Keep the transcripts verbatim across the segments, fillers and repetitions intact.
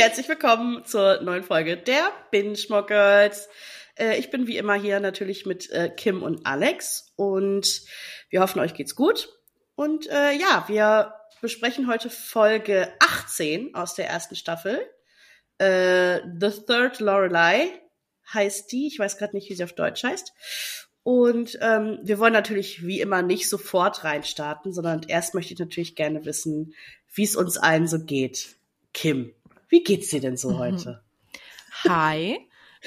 herzlich willkommen zur neuen Folge der Binge-More Girls. Äh, ich bin wie immer hier natürlich mit äh, Kim und Alex und wir hoffen, euch geht's gut. Und äh, ja, wir besprechen heute Folge achtzehn aus der ersten Staffel. Äh, The Third Lorelei heißt die. Ich weiß gerade nicht, wie sie auf Deutsch heißt. Und ähm, wir wollen natürlich wie immer nicht sofort reinstarten, sondern erst möchte ich natürlich gerne wissen, wie es uns allen so geht. Kim, wie geht's dir denn so mhm. heute? Hi.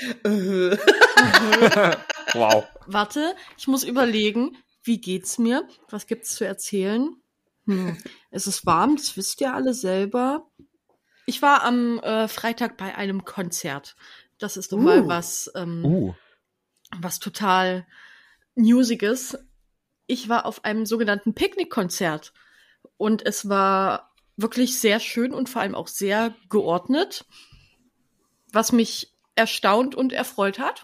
Wow. Warte, ich muss überlegen, wie geht's mir? Was gibt's zu erzählen? Hm. Es ist warm, das wisst ihr alle selber. Ich war am äh, Freitag bei einem Konzert. Das ist doch uh. mal was, ähm, uh. was total Newsiges. Ich war auf einem sogenannten Picknickkonzert und es war wirklich sehr schön und vor allem auch sehr geordnet, was mich erstaunt und erfreut hat.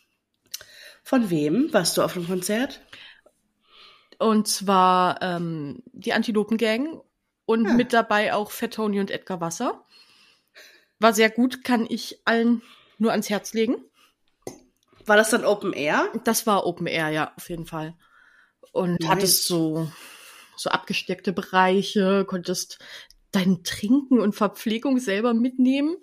Von wem warst du auf dem Konzert? Und zwar ähm, die Antilopen-Gang und ja. mit dabei auch Fat Tony und Edgar Wasser. War sehr gut, kann ich allen nur ans Herz legen. War das dann Open Air? Das war Open Air, ja, auf jeden Fall. Und nice. Hattest so so abgesteckte Bereiche, konntest dein Trinken und Verpflegung selber mitnehmen.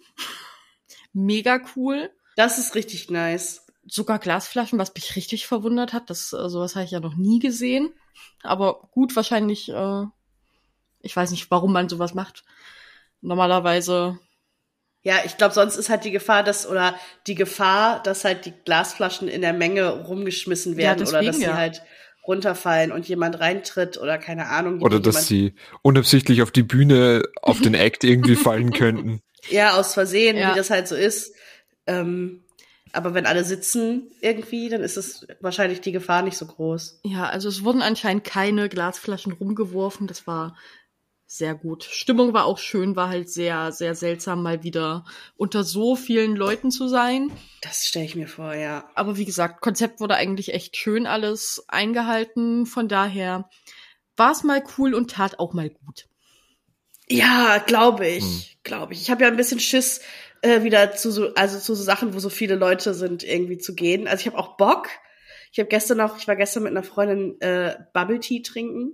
Mega cool. Das ist richtig nice. Sogar Glasflaschen, was mich richtig verwundert hat. Das äh, sowas habe ich ja noch nie gesehen. Aber gut, wahrscheinlich, äh, ich weiß nicht, warum man sowas macht. Normalerweise. Ja, ich glaube, sonst ist halt die Gefahr, dass, oder die Gefahr, dass halt die Glasflaschen in der Menge rumgeschmissen werden ja, deswegen, oder dass sie ja. halt runterfallen und jemand reintritt oder keine Ahnung. Oder dass sie unabsichtlich auf die Bühne, auf den Act irgendwie fallen könnten. Ja, aus Versehen, ja. wie das halt so ist. Ähm, aber wenn alle sitzen irgendwie, dann ist es wahrscheinlich die Gefahr nicht so groß. Ja, also es wurden anscheinend keine Glasflaschen rumgeworfen. Das war sehr gut. Stimmung war auch schön, war halt sehr, sehr seltsam, mal wieder unter so vielen Leuten zu sein. Das stelle ich mir vor, ja. Aber wie gesagt, Konzept wurde eigentlich echt schön alles eingehalten. Von daher war es mal cool und tat auch mal gut. Ja, glaube ich, hm. glaube ich. Ich habe ja ein bisschen Schiss, äh, wieder zu so, also zu so Sachen, wo so viele Leute sind, irgendwie zu gehen. Also ich habe auch Bock. Ich habe gestern noch, ich war gestern mit einer Freundin äh, Bubble Tea trinken.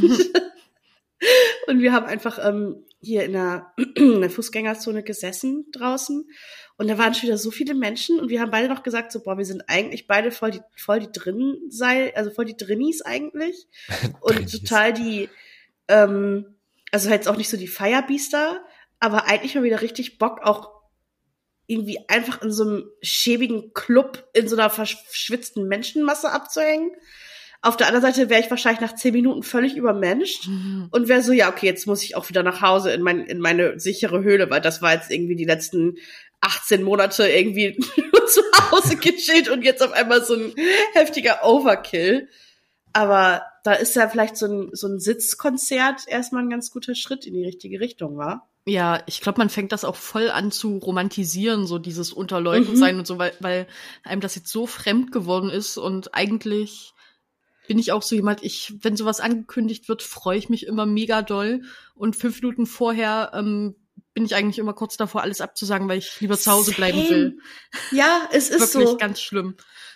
Und wir haben einfach ähm, hier in der, in der Fußgängerzone gesessen draußen. Und da waren schon wieder so viele Menschen. Und wir haben beide noch gesagt, so, boah, wir sind eigentlich beide voll die, voll die drin sei, also voll die Drinnies eigentlich. Und total die, ähm, also halt auch nicht so die Firebeaster, aber eigentlich mal wieder richtig Bock, auch irgendwie einfach in so einem schäbigen Club in so einer verschwitzten Menschenmasse abzuhängen. Auf der anderen Seite wäre ich wahrscheinlich nach zehn Minuten völlig übermenscht mhm. und wäre so, ja, okay, jetzt muss ich auch wieder nach Hause in, mein, in meine sichere Höhle, weil das war jetzt irgendwie die letzten achtzehn Monate irgendwie nur zu Hause gechillt und jetzt auf einmal so ein heftiger Overkill. Aber da ist ja vielleicht so ein, so ein Sitzkonzert erstmal ein ganz guter Schritt in die richtige Richtung, wa? Ja, ich glaube, man fängt das auch voll an zu romantisieren, so dieses Unterleuten sein mhm. und so, weil, weil einem das jetzt so fremd geworden ist und eigentlich bin ich auch so jemand, ich, wenn sowas angekündigt wird, freue ich mich immer mega doll und fünf Minuten vorher ähm, bin ich eigentlich immer kurz davor, alles abzusagen, weil ich lieber zu Hause bleiben will. Ja, es ist Wirklich so. Wirklich ganz schlimm.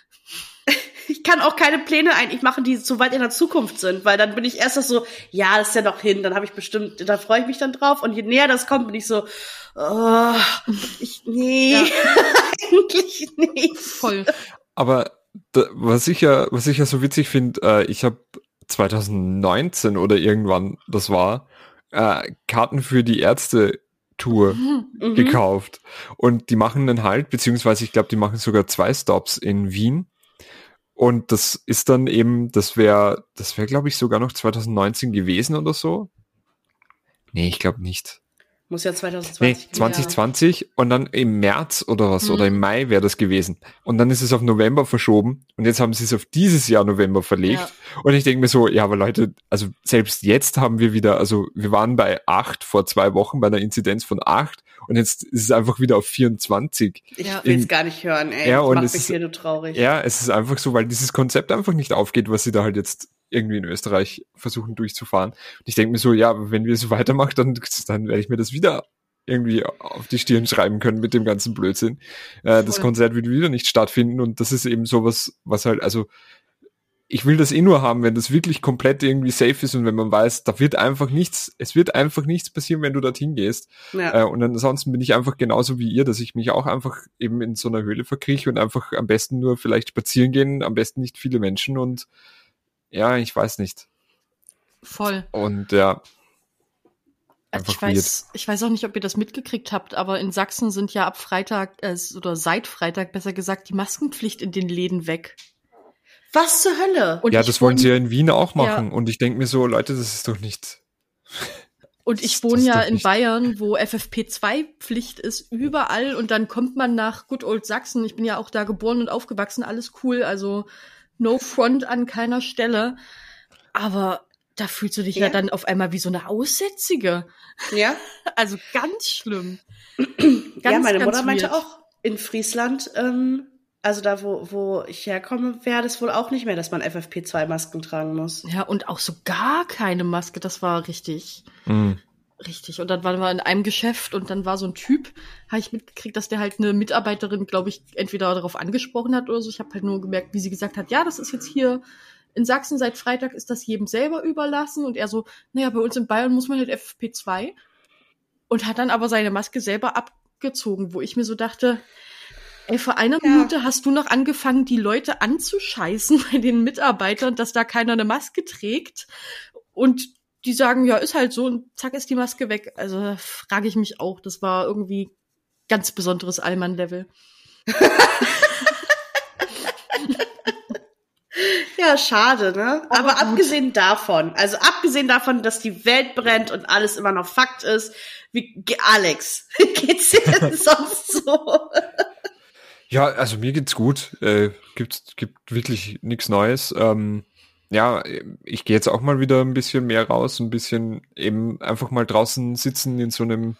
Ich kann auch keine Pläne eigentlich machen, die so weit in der Zukunft sind, weil dann bin ich erst so, ja, das ist ja noch hin, dann habe ich bestimmt, da freue ich mich dann drauf und je näher das kommt, bin ich so, oh, ich, nee, ja. eigentlich nicht. Voll. Aber da, was ich ja, was ich ja so witzig finde, äh, ich habe zwanzig neunzehn oder irgendwann, das war, äh, Karten für die Ärzte-Tour mhm. gekauft und die machen einen Halt, beziehungsweise ich glaube, die machen sogar zwei Stops in Wien. Und das ist dann eben, das wäre, das wäre, glaube ich, sogar noch zwanzig neunzehn gewesen oder so. Nee, ich glaube nicht. Muss ja zwanzig zwanzig. Nee, zwanzig zwanzig ja. Und dann im März oder was, mhm. oder im Mai wäre das gewesen. Und dann ist es auf November verschoben und jetzt haben sie es auf dieses Jahr November verlegt. Ja. Und ich denke mir so, ja, aber Leute, also selbst jetzt haben wir wieder, also wir waren bei acht vor zwei Wochen bei einer Inzidenz von acht und jetzt ist es einfach wieder auf vierundzwanzig. Ich ja. will es gar nicht hören, ey. Ja, das und macht es mich ist, hier nur traurig. Ja, es ist einfach so, weil dieses Konzept einfach nicht aufgeht, was sie da halt jetzt irgendwie in Österreich versuchen durchzufahren. Und ich denke mir so, ja, wenn wir so weitermachen, dann, dann werde ich mir das wieder irgendwie auf die Stirn schreiben können mit dem ganzen Blödsinn. Äh, das Konzert wird wieder nicht stattfinden und das ist eben sowas, was halt, also ich will das eh nur haben, wenn das wirklich komplett irgendwie safe ist und wenn man weiß, da wird einfach nichts, es wird einfach nichts passieren, wenn du dorthin gehst. Ja. Äh, und ansonsten bin ich einfach genauso wie ihr, dass ich mich auch einfach eben in so einer Höhle verkrieche und einfach am besten nur vielleicht spazieren gehen, am besten nicht viele Menschen und ja, ich weiß nicht. Voll. Und ja. Also ich weiß, ich weiß auch nicht, ob ihr das mitgekriegt habt, aber in Sachsen sind ja ab Freitag, äh, oder seit Freitag besser gesagt, die Maskenpflicht in den Läden weg. Was zur Hölle? Und ja, das wollen sie ja in Wien auch machen. Ja. Und ich denke mir so, Leute, das ist doch nicht... Und ich wohne ja in Bayern, wo F F P zwei Pflicht ist, überall. Und dann kommt man nach Good Old Sachsen. Ich bin ja auch da geboren und aufgewachsen, alles cool. Also no front an keiner Stelle. Aber da fühlst du dich ja, ja dann auf einmal wie so eine Aussätzige. Ja. Also ganz schlimm. Ganz, ja, meine Mutter meinte weird. Auch, in Friesland... ähm Also da, wo, wo ich herkomme, wäre das wohl auch nicht mehr, dass man F F P zwei Masken tragen muss. Ja, und auch so gar keine Maske, das war richtig, mhm. richtig. Und dann waren wir in einem Geschäft und dann war so ein Typ, habe ich mitgekriegt, dass der halt eine Mitarbeiterin, glaube ich, entweder darauf angesprochen hat oder so. Ich habe halt nur gemerkt, wie sie gesagt hat, ja, das ist jetzt hier in Sachsen seit Freitag ist das jedem selber überlassen. Und er so, naja, bei uns in Bayern muss man halt F F P zwei. Und hat dann aber seine Maske selber abgezogen, wo ich mir so dachte... Ey, vor einer ja. Minute hast du noch angefangen, die Leute anzuscheißen bei den Mitarbeitern, dass da keiner eine Maske trägt. Und die sagen, ja, ist halt so. Und zack, ist die Maske weg. Also da frage ich mich auch. Das war irgendwie ganz besonderes Allmann-Level. Ja, schade, ne? Aber, Aber abgesehen davon, also abgesehen davon, dass die Welt brennt und alles immer noch Fakt ist, wie Alex, wie geht's dir denn sonst so? Ja, also mir geht's gut. Äh, gibt gibt wirklich nichts Neues. Ähm, ja, ich gehe jetzt auch mal wieder ein bisschen mehr raus, ein bisschen eben einfach mal draußen sitzen in so einem,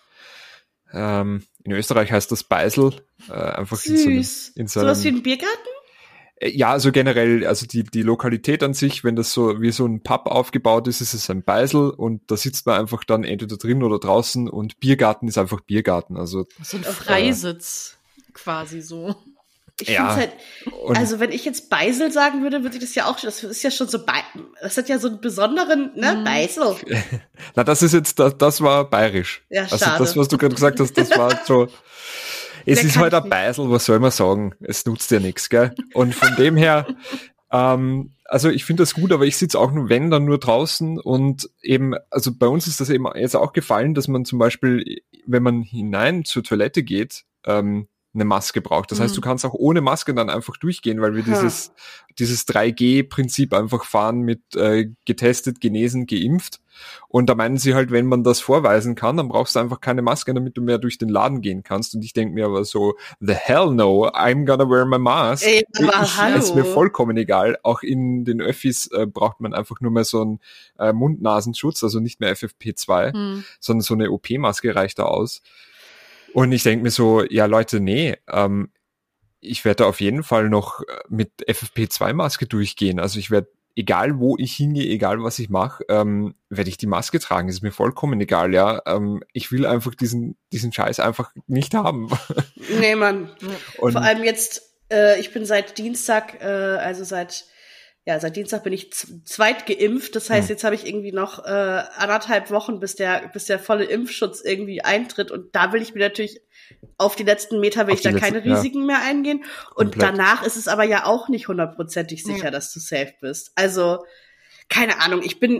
ähm, in Österreich heißt das Beisel. Äh, einfach Süß. In so, einem, in so, so was wie ein Biergarten? Äh, ja, also generell, also die die Lokalität an sich, wenn das so wie so ein Pub aufgebaut ist, ist es ein Beisel und da sitzt man einfach dann entweder drin oder draußen und Biergarten ist einfach Biergarten. Also so ein Freisitz. Äh, quasi so. Ich ja, finde halt, also wenn ich jetzt Beisel sagen würde, würde ich das ja auch, das ist ja schon so, das hat ja so einen besonderen, ne, mm. Beisel. Na, das ist jetzt, das, das war bayerisch. Ja, schade. Also das, was du gerade gesagt hast, das war so, es ist halt ein Beisel, was soll man sagen? Es nutzt ja nichts, gell? Und von dem her, ähm, also ich finde das gut, aber ich sitze auch nur, wenn, dann nur draußen und eben, also bei uns ist das eben jetzt auch gefallen, dass man zum Beispiel, wenn man hinein zur Toilette geht, ähm, eine Maske braucht. Das heißt, du kannst auch ohne Maske dann einfach durchgehen, weil wir ja. dieses dieses drei G Prinzip einfach fahren mit äh, getestet, genesen, geimpft. Und da meinen sie halt, wenn man das vorweisen kann, dann brauchst du einfach keine Maske, damit du mehr durch den Laden gehen kannst. Und ich denke mir aber so, the hell no, I'm gonna wear my mask. Ey, aber ich, hallo. Ist mir vollkommen egal. Auch in den Öffis äh, braucht man einfach nur mehr so einen äh, Mund-Nasenschutz, also nicht mehr F F P zwei, hm. sondern so eine O P-Maske reicht da aus. Und ich denke mir so, ja Leute, nee, ähm, ich werde da auf jeden Fall noch mit F F P zwei Maske durchgehen. Also ich werde, egal wo ich hingehe, egal was ich mache, ähm, werde ich die Maske tragen. Das ist mir vollkommen egal, ja. Ähm, ich will einfach diesen diesen Scheiß einfach nicht haben. Nee, Mann. Und vor allem jetzt, äh, ich bin seit Dienstag, äh, also seit Ja, seit Dienstag bin ich z- zweit geimpft. Das heißt, jetzt habe ich irgendwie noch äh, anderthalb Wochen, bis der bis der volle Impfschutz irgendwie eintritt. Und da will ich mir natürlich auf die letzten Meter will auf ich da letzten, keine Risiken ja. mehr eingehen. Und komplett. Danach ist es aber ja auch nicht hundertprozentig sicher, ja. dass du safe bist. Also keine Ahnung. Ich bin,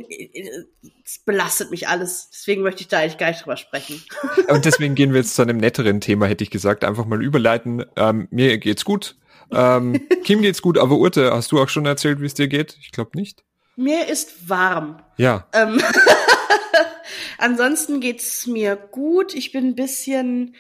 es belastet mich alles. Deswegen möchte ich da eigentlich gar nicht drüber sprechen. Und deswegen gehen wir jetzt zu einem netteren Thema, hätte ich gesagt. Einfach mal überleiten. Ähm, mir geht's gut. ähm, Kim geht's gut, aber Urte, hast du auch schon erzählt, wie es dir geht? Ich glaube nicht. Mir ist warm. Ja. Ähm, ansonsten geht's mir gut. Ich bin ein bisschen,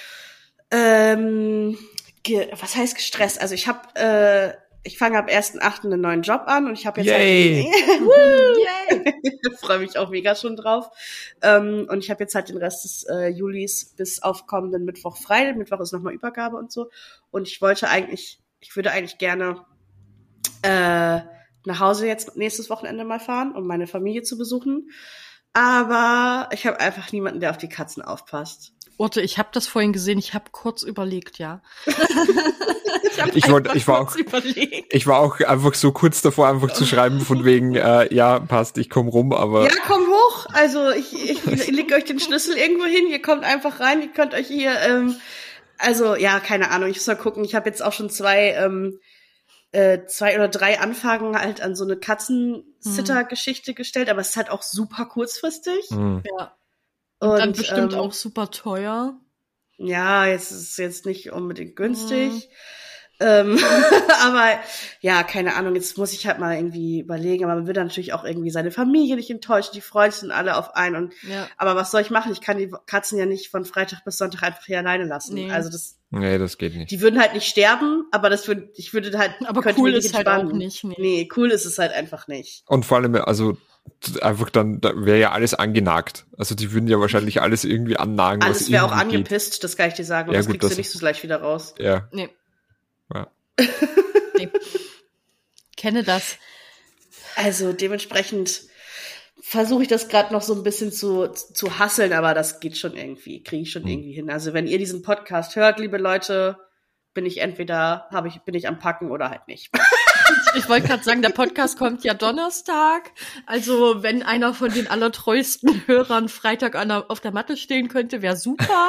ähm, ge- was heißt gestresst? Also ich habe, äh, ich fange ab ersten achten einen neuen Job an und ich habe jetzt Yay. halt, ich freue mich auch mega schon drauf. Ähm, und ich habe jetzt halt den Rest des äh, Julis bis auf kommenden Mittwoch frei. Mittwoch ist nochmal Übergabe und so. Und ich wollte eigentlich, ich würde eigentlich gerne äh, nach Hause jetzt nächstes Wochenende mal fahren, um meine Familie zu besuchen. Aber ich habe einfach niemanden, der auf die Katzen aufpasst. Urte, ich habe das vorhin gesehen, ich habe kurz überlegt, ja. ich, hab ich, wollte, ich, war auch, überlegt. ich war auch einfach so kurz davor, einfach zu schreiben, von wegen, äh, ja, passt, ich komm rum, aber... Ja, komm hoch, also ich, ich, ich leg euch den Schlüssel irgendwo hin, ihr kommt einfach rein, ihr könnt euch hier, ähm, also ja, keine Ahnung, ich muss mal gucken, ich habe jetzt auch schon zwei, ähm, äh, zwei oder drei Anfragen halt an so eine Katzensitter-Geschichte mhm. gestellt, aber es ist halt auch super kurzfristig. Mhm. Ja. Und, und dann bestimmt ähm, auch super teuer. Ja, jetzt ist es jetzt nicht unbedingt günstig. Mhm. Ähm, aber ja, keine Ahnung, jetzt muss ich halt mal irgendwie überlegen, aber man will dann natürlich auch irgendwie seine Familie nicht enttäuschen, die Freunde sind alle auf einen und ja. aber was soll ich machen? Ich kann die Katzen ja nicht von Freitag bis Sonntag einfach hier alleine lassen. Nee. Also das Nee, das geht nicht. Die würden halt nicht sterben, aber das würde ich würde halt aber cool ist halt auch nicht. Nee. nee, cool ist es halt einfach nicht. Und vor allem also einfach dann, da wäre ja alles angenagt. Also die würden ja wahrscheinlich alles irgendwie annagen. Alles wäre auch angepisst, geht. Das kann ich dir sagen. Und ja, das gut, kriegst das du nicht so leicht wieder raus. Ja. Nee. Ja. nee. Kenne das. Also dementsprechend versuche ich das gerade noch so ein bisschen zu zu hasseln, aber das geht schon irgendwie, kriege ich schon hm. irgendwie hin. Also wenn ihr diesen Podcast hört, liebe Leute, bin ich entweder, habe ich, bin ich am Packen oder halt nicht. Ich wollte gerade sagen, der Podcast kommt ja Donnerstag. Also wenn einer von den allertreuesten Hörern Freitag an der, auf der Matte stehen könnte, wäre super.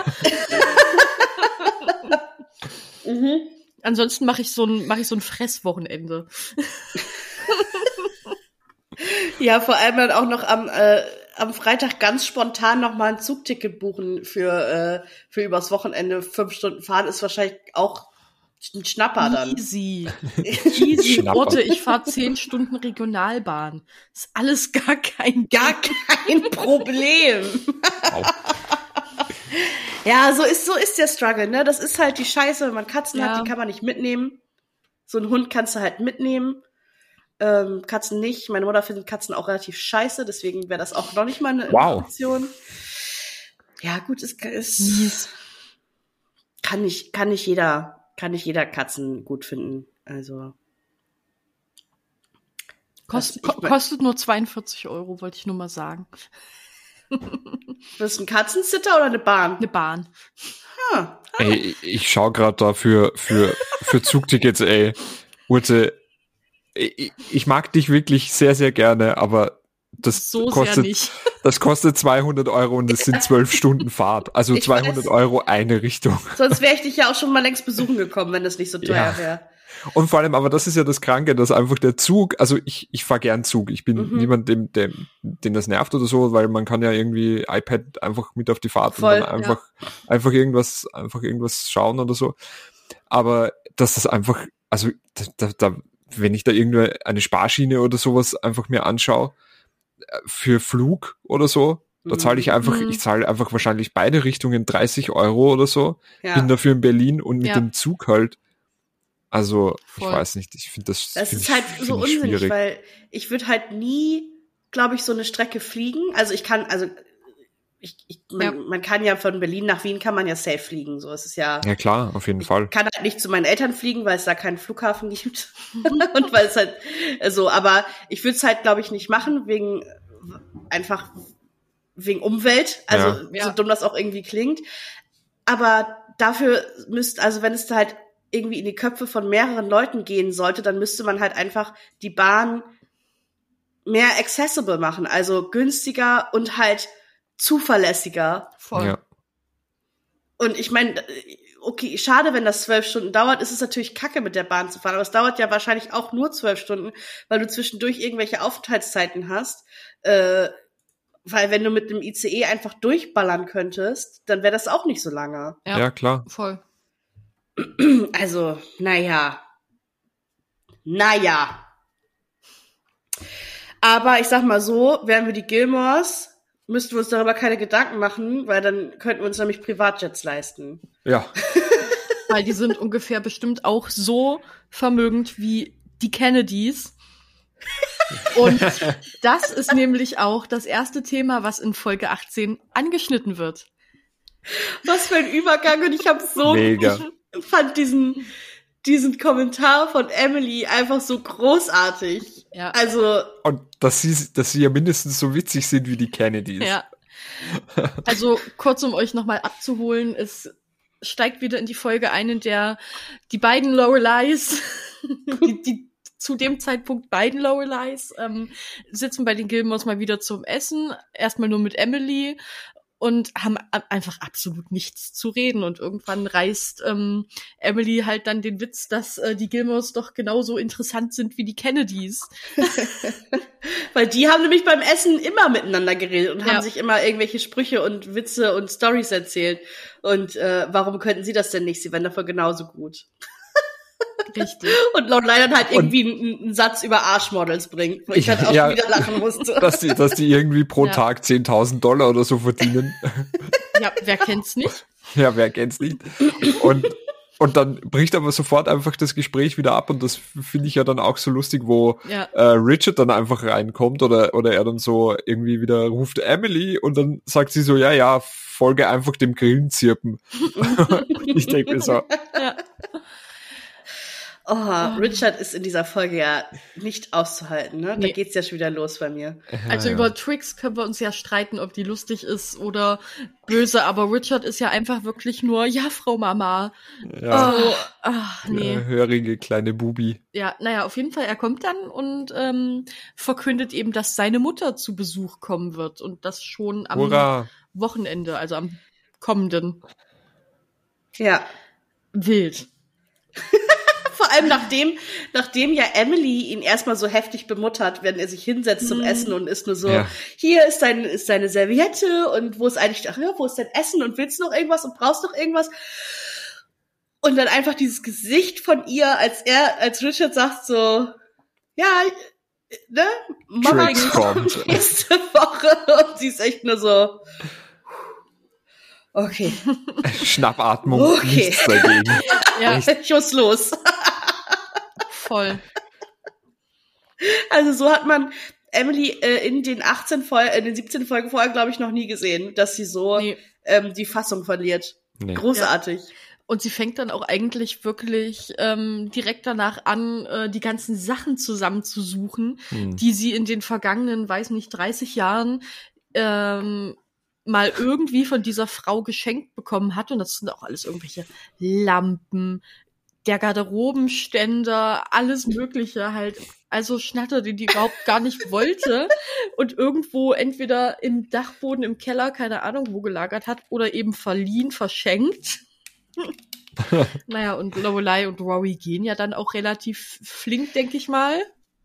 mhm. Ansonsten mache ich so ein mache ich so ein Fresswochenende. Ja, vor allem dann auch noch am äh, am Freitag ganz spontan noch mal ein Zugticket buchen für äh, für übers Wochenende fünf Stunden fahren ist wahrscheinlich auch ein Schnapper dann. Easy. Easy. Orte, ich fahre zehn Stunden Regionalbahn. Ist alles gar kein Gar kein Problem. Wow. Ja, so ist, so ist der Struggle, ne? Das ist halt die Scheiße, wenn man Katzen ja. hat, die kann man nicht mitnehmen. So einen Hund kannst du halt mitnehmen. Ähm, Katzen nicht. Meine Mutter findet Katzen auch relativ scheiße, deswegen wäre das auch noch nicht mal eine wow. Option. Ja, gut, es ist, kann nicht, kann nicht jeder, kann nicht jeder Katzen gut finden. Also. Kost, ko- kostet nur zweiundvierzig Euro, wollte ich nur mal sagen. Das ist ein Katzensitter oder eine Bahn? Eine Bahn. Huh. Ey, ich schau gerade da für, für, für Zugtickets, ey. Urte, ich, ich mag dich wirklich sehr, sehr gerne, aber das so kostet, sehr nicht. das kostet zweihundert Euro und das sind zwölf Stunden Fahrt. Also ich zweihundert weiß. Euro eine Richtung. Sonst wäre ich dich ja auch schon mal längst besuchen gekommen, wenn das nicht so teuer ja. wäre. Und vor allem, aber das ist ja das Kranke, dass einfach der Zug, also ich, ich fahr gern Zug. Ich bin Mhm. niemand, dem, dem, den das nervt oder so, weil man kann ja irgendwie iPad einfach mit auf die Fahrt Voll, und dann einfach, ja. einfach irgendwas, einfach irgendwas schauen oder so. Aber dass das einfach, also da, da, da wenn ich da irgendwo eine Sparschiene oder sowas einfach mir anschaue, für Flug oder so, da zahle ich einfach, Mhm. ich zahle einfach wahrscheinlich beide Richtungen dreißig Euro oder so, Ja. bin dafür in Berlin und mit Ja. dem Zug halt, also Voll. ich weiß nicht, ich finde das Das find ist ich, halt find so ich unsinnig, schwierig. weil ich würde halt nie, glaube ich, so eine Strecke fliegen. Also ich kann, also ich, ich man, Ja. man kann ja von Berlin nach Wien kann man ja safe fliegen. So ist es ja. Ja klar, auf jeden Fall. Ich kann halt nicht zu meinen Eltern fliegen, weil es da keinen Flughafen gibt und weil es halt so. Aber ich würde es halt, glaube ich, nicht machen wegen einfach wegen Umwelt. Also Ja. so Ja. dumm das auch irgendwie klingt. Aber dafür müsste, also wenn es da halt irgendwie in die Köpfe von mehreren Leuten gehen sollte, dann müsste man halt einfach die Bahn mehr accessible machen, also günstiger und halt zuverlässiger. Voll. Ja. Und ich meine, okay, schade, wenn das zwölf Stunden dauert, ist es natürlich kacke, mit der Bahn zu fahren, aber es dauert ja wahrscheinlich auch nur zwölf Stunden, weil du zwischendurch irgendwelche Aufenthaltszeiten hast, äh, weil wenn du mit dem I C E einfach durchballern könntest, dann wäre das auch nicht so lange. Ja. Ja, klar. Voll. Also, naja. Naja. Aber ich sag mal so, wären wir die Gilmores, müssten wir uns darüber keine Gedanken machen, weil dann könnten wir uns nämlich Privatjets leisten. Ja. Weil die sind ungefähr bestimmt auch so vermögend wie die Kennedys. Und das ist nämlich auch das erste Thema, was in Folge achtzehn angeschnitten wird. Was für ein Übergang, und ich habe so, Mega. ich fand diesen, diesen Kommentar von Emily einfach so großartig. Ja. Also, Und dass sie, dass sie ja mindestens so witzig sind wie die Kennedys. Ja. Also kurz, um euch nochmal abzuholen, es steigt wieder in die Folge ein, in der die beiden Loreleis, die, die zu dem Zeitpunkt beiden Loreleis, ähm, sitzen bei den Gilmores mal wieder zum Essen, erstmal nur mit Emily und haben a- einfach absolut nichts zu reden. Und irgendwann reißt ähm, Emily halt dann den Witz, dass äh, die Gilmores doch genauso interessant sind wie die Kennedys. Weil die haben nämlich beim Essen immer miteinander geredet und Ja. haben sich immer irgendwelche Sprüche und Witze und Storys erzählt. Und äh, warum könnten sie das denn nicht? Sie wären dafür genauso gut. Richtig. Und Lord Lyon halt irgendwie einen, einen Satz über Arschmodels bringt, wo ich dann auch Ja. wieder lachen musste. Dass die, dass die irgendwie pro Ja. Tag zehntausend Dollar oder so verdienen. Ja, wer kennt's nicht? Ja, wer kennt's nicht? Und, und dann bricht aber sofort einfach das Gespräch wieder ab und das finde ich ja dann auch so lustig, wo Ja. äh, Richard dann einfach reinkommt oder, oder er dann so irgendwie wieder ruft Emily und dann sagt sie so, ja, ja, folge einfach dem Grillenzirpen. Ich denke mir so, Ja. Oh, Richard ist in dieser Folge ja nicht auszuhalten, ne? Da Nee. geht's ja schon wieder los bei mir. Also ja, über Trix können wir uns ja streiten, ob die lustig ist oder böse, aber Richard ist ja einfach wirklich nur, ja, Frau Mama. ja, So, ach, nee. ja, hörige kleine Bubi. Ja, naja, auf jeden Fall, er kommt dann und ähm, verkündet eben, dass seine Mutter zu Besuch kommen wird und das schon am Hurra! Wochenende, also am kommenden. Ja. Wild. Vor allem nachdem, nachdem ja Emily ihn erstmal so heftig bemuttert, wenn er sich hinsetzt zum Mhm. Essen und ist nur so, Ja. hier ist dein, ist deine Serviette und wo ist eigentlich, ach ja, wo ist dein Essen und willst du noch irgendwas und brauchst noch irgendwas? Und dann einfach dieses Gesicht von ihr, als er, als Richard sagt so, ja, ne, Mama Trix kommt. nächste Woche und sie ist echt nur so, okay, Schnappatmung, Okay. nichts dagegen. Ja, ich muss los. voll. Also so hat man Emily äh, in den achtzehn Folgen, in den siebzehn Folgen vorher, glaube ich, noch nie gesehen, dass sie so Nee. ähm, die Fassung verliert. Nee. Großartig. Und sie fängt dann auch eigentlich wirklich ähm, direkt danach an, äh, die ganzen Sachen zusammenzusuchen, Hm. die sie in den vergangenen, weiß nicht, dreißig Jahren ähm, mal irgendwie von dieser Frau geschenkt bekommen hat. Und das sind auch alles irgendwelche Lampen, der Garderobenständer, alles Mögliche halt. Also Schnatter, die die überhaupt gar nicht wollte und irgendwo entweder im Dachboden, im Keller, keine Ahnung wo gelagert hat oder eben verliehen, verschenkt. Naja, und Lorelei und Rory gehen ja dann auch relativ flink, denke ich mal.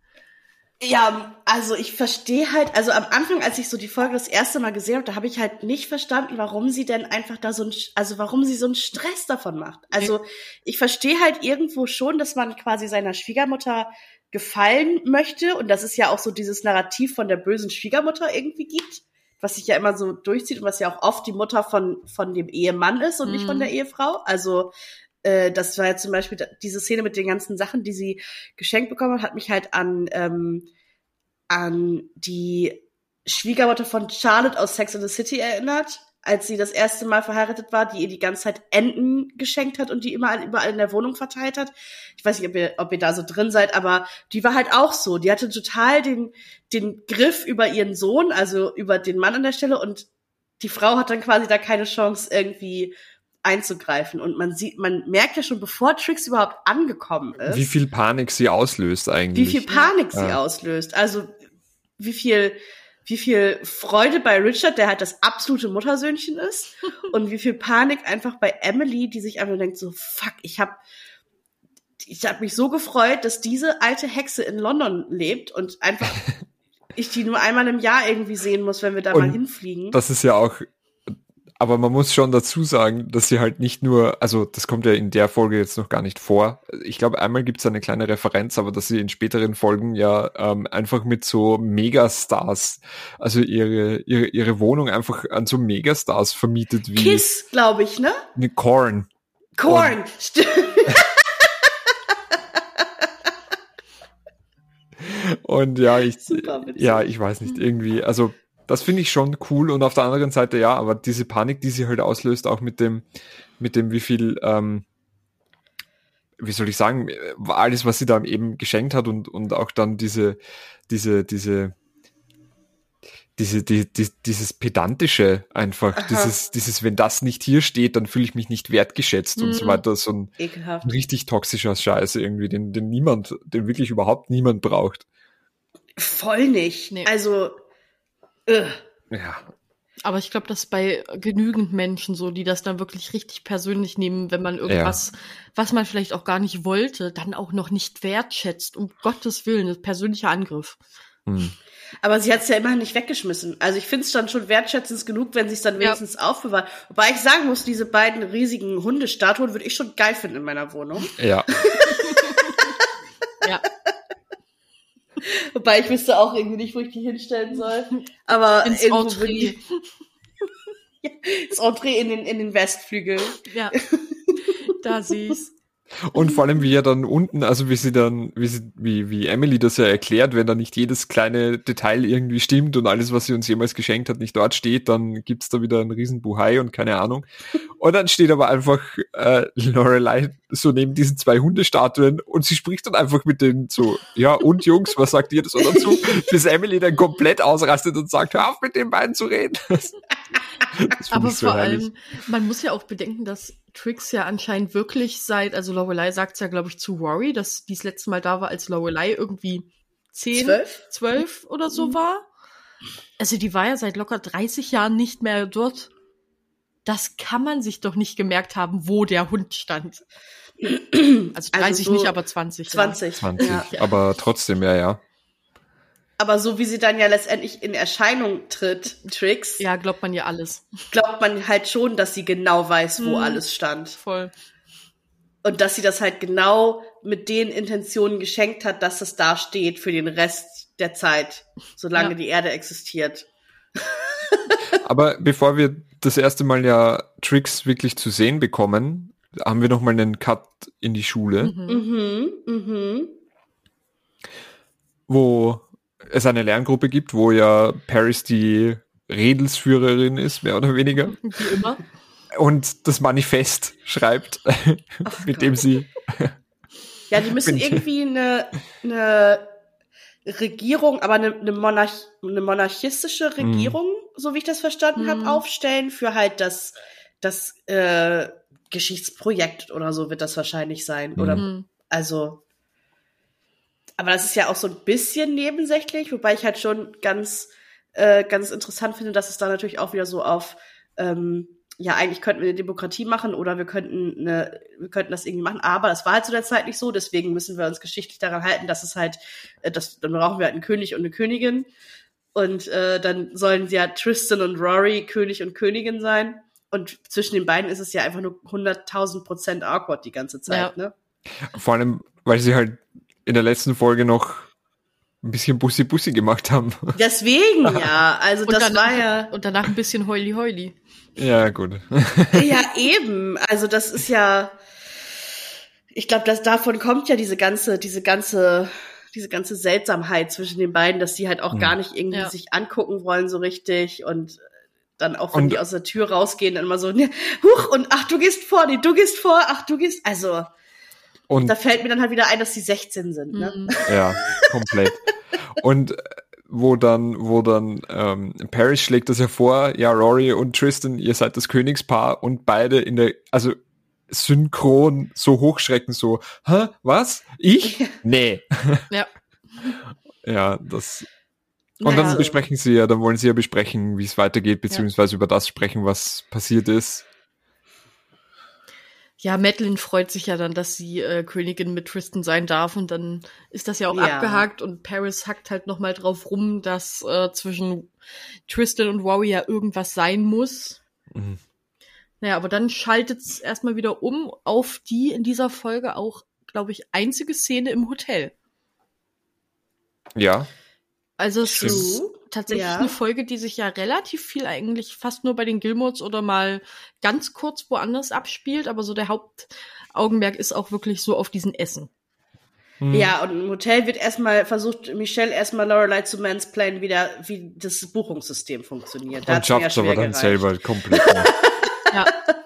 Ja, also ich verstehe halt, also am Anfang, als ich so die Folge das erste Mal gesehen habe, da habe ich halt nicht verstanden, warum sie denn einfach da so ein, also warum sie so einen Stress davon macht. Also ich verstehe halt irgendwo schon, dass man quasi seiner Schwiegermutter gefallen möchte und dass es ja auch so dieses Narrativ von der bösen Schwiegermutter irgendwie gibt, was sich ja immer so durchzieht und was ja auch oft die Mutter von von dem Ehemann ist und nicht Mhm. von der Ehefrau. Also äh, das war ja zum Beispiel da- diese Szene mit den ganzen Sachen, die sie geschenkt bekommen hat, hat mich halt an ähm, an die Schwiegermutter von Charlotte aus Sex and the City erinnert, als sie das erste Mal verheiratet war, die ihr die ganze Zeit Enten geschenkt hat und die immer überall in der Wohnung verteilt hat. Ich weiß nicht, ob ihr, ob ihr da so drin seid, aber die war halt auch so. Die hatte total den, den Griff über ihren Sohn, also über den Mann an der Stelle und die Frau hat dann quasi da keine Chance irgendwie einzugreifen. Und man sieht, man merkt ja schon, bevor Trix überhaupt angekommen ist, Wie viel Panik sie auslöst eigentlich. wie viel Panik sie Ja. auslöst. Also wie viel, wie viel Freude bei Richard, der halt das absolute Muttersöhnchen ist, und wie viel Panik einfach bei Emily, die sich einfach denkt so, fuck, ich hab, ich hab mich so gefreut, dass diese alte Hexe in London lebt und einfach ich die nur einmal im Jahr irgendwie sehen muss, wenn wir da Und mal hinfliegen. Das ist ja auch, aber man muss schon dazu sagen, dass sie halt nicht nur, also das kommt ja in der Folge jetzt noch gar nicht vor. Ich glaube, einmal gibt es eine kleine Referenz, aber dass sie in späteren Folgen ja ähm, einfach mit so Megastars, also ihre, ihre, ihre Wohnung einfach an so Megastars vermietet wie Kiss, glaube ich, ne? eine Korn. Korn, stimmt. Und ja, ich, Super witzig. ja, ich weiß nicht, irgendwie, also das finde ich schon cool und auf der anderen Seite ja, aber diese Panik, die sie halt auslöst, auch mit dem, mit dem wie viel, ähm, wie soll ich sagen, alles, was sie da eben geschenkt hat und, und auch dann diese, diese, diese, diese, die, die, dieses Pedantische einfach, Aha. dieses, dieses, wenn das nicht hier steht, dann fühle ich mich nicht wertgeschätzt Mhm. und so weiter. So ein, Ekelhaft. ein richtig toxischer Scheiß irgendwie, den, den niemand, den wirklich überhaupt niemand braucht. Voll nicht. Nee. Also, äh. Ja. Aber ich glaube, das ist bei genügend Menschen so, die das dann wirklich richtig persönlich nehmen, wenn man irgendwas, was man vielleicht auch gar nicht wollte, dann auch noch nicht wertschätzt. Um Gottes Willen, das ist persönlicher Angriff. Hm. Aber sie hat es ja immerhin nicht weggeschmissen. Also ich finde es dann schon wertschätzend genug, wenn sie es dann wenigstens aufbewahrt. Wobei ich sagen muss, diese beiden riesigen Hundestatuen würde ich schon geil finden in meiner Wohnung. Ja. Ja. Wobei ich wüsste auch irgendwie nicht, wo ich die hinstellen soll. Aber Ins irgendwo Entree. würde ich- das Entree in den, in den Westflügel. Ja. Da sieh's. Und vor allem, wie ja dann unten, also wie sie dann, wie sie, wie, wie Emily das ja erklärt, wenn da nicht jedes kleine Detail irgendwie stimmt und alles, was sie uns jemals geschenkt hat, nicht dort steht, dann gibt's da wieder einen riesen Buhai und keine Ahnung. Und dann steht aber einfach äh, Lorelei so neben diesen zwei Hundestatuen und sie spricht dann einfach mit denen so, ja, und Jungs, was sagt ihr das oder so? Bis Emily dann komplett ausrastet und sagt, hör auf mit den beiden zu reden. Das, das find Aber ich so vor herrlich. allem, man muss ja auch bedenken, dass Trix ja anscheinend wirklich seit, also Lorelei sagt's ja, glaube ich, zu Rory, dass die das letzte Mal da war, als Lorelei irgendwie zehn, Zwölf? zwölf oder so Mhm. war. Also die war ja seit locker dreißig Jahren nicht mehr dort. Das kann man sich doch nicht gemerkt haben, wo der Hund stand. Also dreißig so nicht, aber zwanzig. zwanzig. zwanzig, Ja. aber trotzdem, ja, ja. Aber so wie sie dann ja letztendlich in Erscheinung tritt, Trix, Ja, ja, glaubt man ja alles. glaubt man halt schon, dass sie genau weiß, wo Mhm. alles stand. Voll. Und dass sie das halt genau mit den Intentionen geschenkt hat, dass es da steht für den Rest der Zeit, solange Ja. die Erde existiert. Aber bevor wir das erste Mal ja Trix wirklich zu sehen bekommen, haben wir noch mal einen Cut in die Schule, Mhm. Mhm, mhm. wo es eine Lerngruppe gibt, wo ja Paris die Redelsführerin ist, mehr oder weniger, Wie immer. und das Manifest schreibt, mit dem sie Ja, die müssen Bin- irgendwie eine, eine Regierung, aber eine, eine, Monarch, eine monarchistische Regierung, so wie ich das verstanden Mhm. habe, aufstellen für halt das, das äh, Geschichtsprojekt oder so wird das wahrscheinlich sein. Oder Mhm. also, aber das ist ja auch so ein bisschen nebensächlich, wobei ich halt schon ganz, äh, ganz interessant finde, dass es da natürlich auch wieder so auf, ähm, ja, eigentlich könnten wir eine Demokratie machen oder wir könnten eine, wir könnten das irgendwie machen, aber das war halt zu der Zeit nicht so, deswegen müssen wir uns geschichtlich daran halten, dass es halt, äh, das, dann brauchen wir halt einen König und eine Königin und äh, dann sollen ja Tristan und Rory König und Königin sein und zwischen den beiden ist es ja einfach nur hunderttausend Prozent awkward die ganze Zeit, Ja. ne? vor allem, weil sie halt in der letzten Folge noch ein bisschen Bussi-Bussi gemacht haben. Deswegen ja, also Und das danach, war ja, und danach ein bisschen heuli-heuli. Ja, gut. ja eben, also das ist ja, ich glaube, dass davon kommt ja diese ganze, diese ganze, diese ganze Seltsamheit zwischen den beiden, dass die halt auch Mhm. gar nicht irgendwie Ja. sich angucken wollen so richtig und dann auch, wenn Und- die aus der Tür rausgehen, dann immer so, ne, huch, und ach, du gehst vor, nee, du gehst vor, ach, du gehst, also, Und da fällt mir dann halt wieder ein, dass die sechzehn sind, ne? Mhm. ja, komplett. Und äh, wo dann, wo dann ähm, Paris schlägt das ja vor, ja, Rory und Tristan, ihr seid das Königspaar und beide in der, also synchron so hochschrecken, so, hä, was? Ich? Nee. Ja. Ja, das. Und dann Naja. besprechen sie ja, dann wollen sie ja besprechen, wie es weitergeht, beziehungsweise über das sprechen, was passiert ist. Ja, Madeline freut sich ja dann, dass sie äh, Königin mit Tristan sein darf und dann ist das ja auch Ja. abgehakt und Paris hackt halt noch mal drauf rum, dass äh, zwischen Tristan und Rory ja irgendwas sein muss. Mhm. Naja, aber dann schaltet es erstmal wieder um auf die in dieser Folge auch, glaube ich, einzige Szene im Hotel. Ja. Also es True. ist tatsächlich Ja. eine Folge, die sich ja relativ viel eigentlich fast nur bei den Gilmours oder mal ganz kurz woanders abspielt, aber so der Hauptaugenmerk ist auch wirklich so auf diesen Essen. Mhm. Ja, und im Hotel wird erstmal versucht, Michelle erstmal Lorelei zu mansplainen, wie, der, wie das Buchungssystem funktioniert. Da Und hat's mir ja schafft aber schwer dann gereicht. selber komplett. nicht. Ja.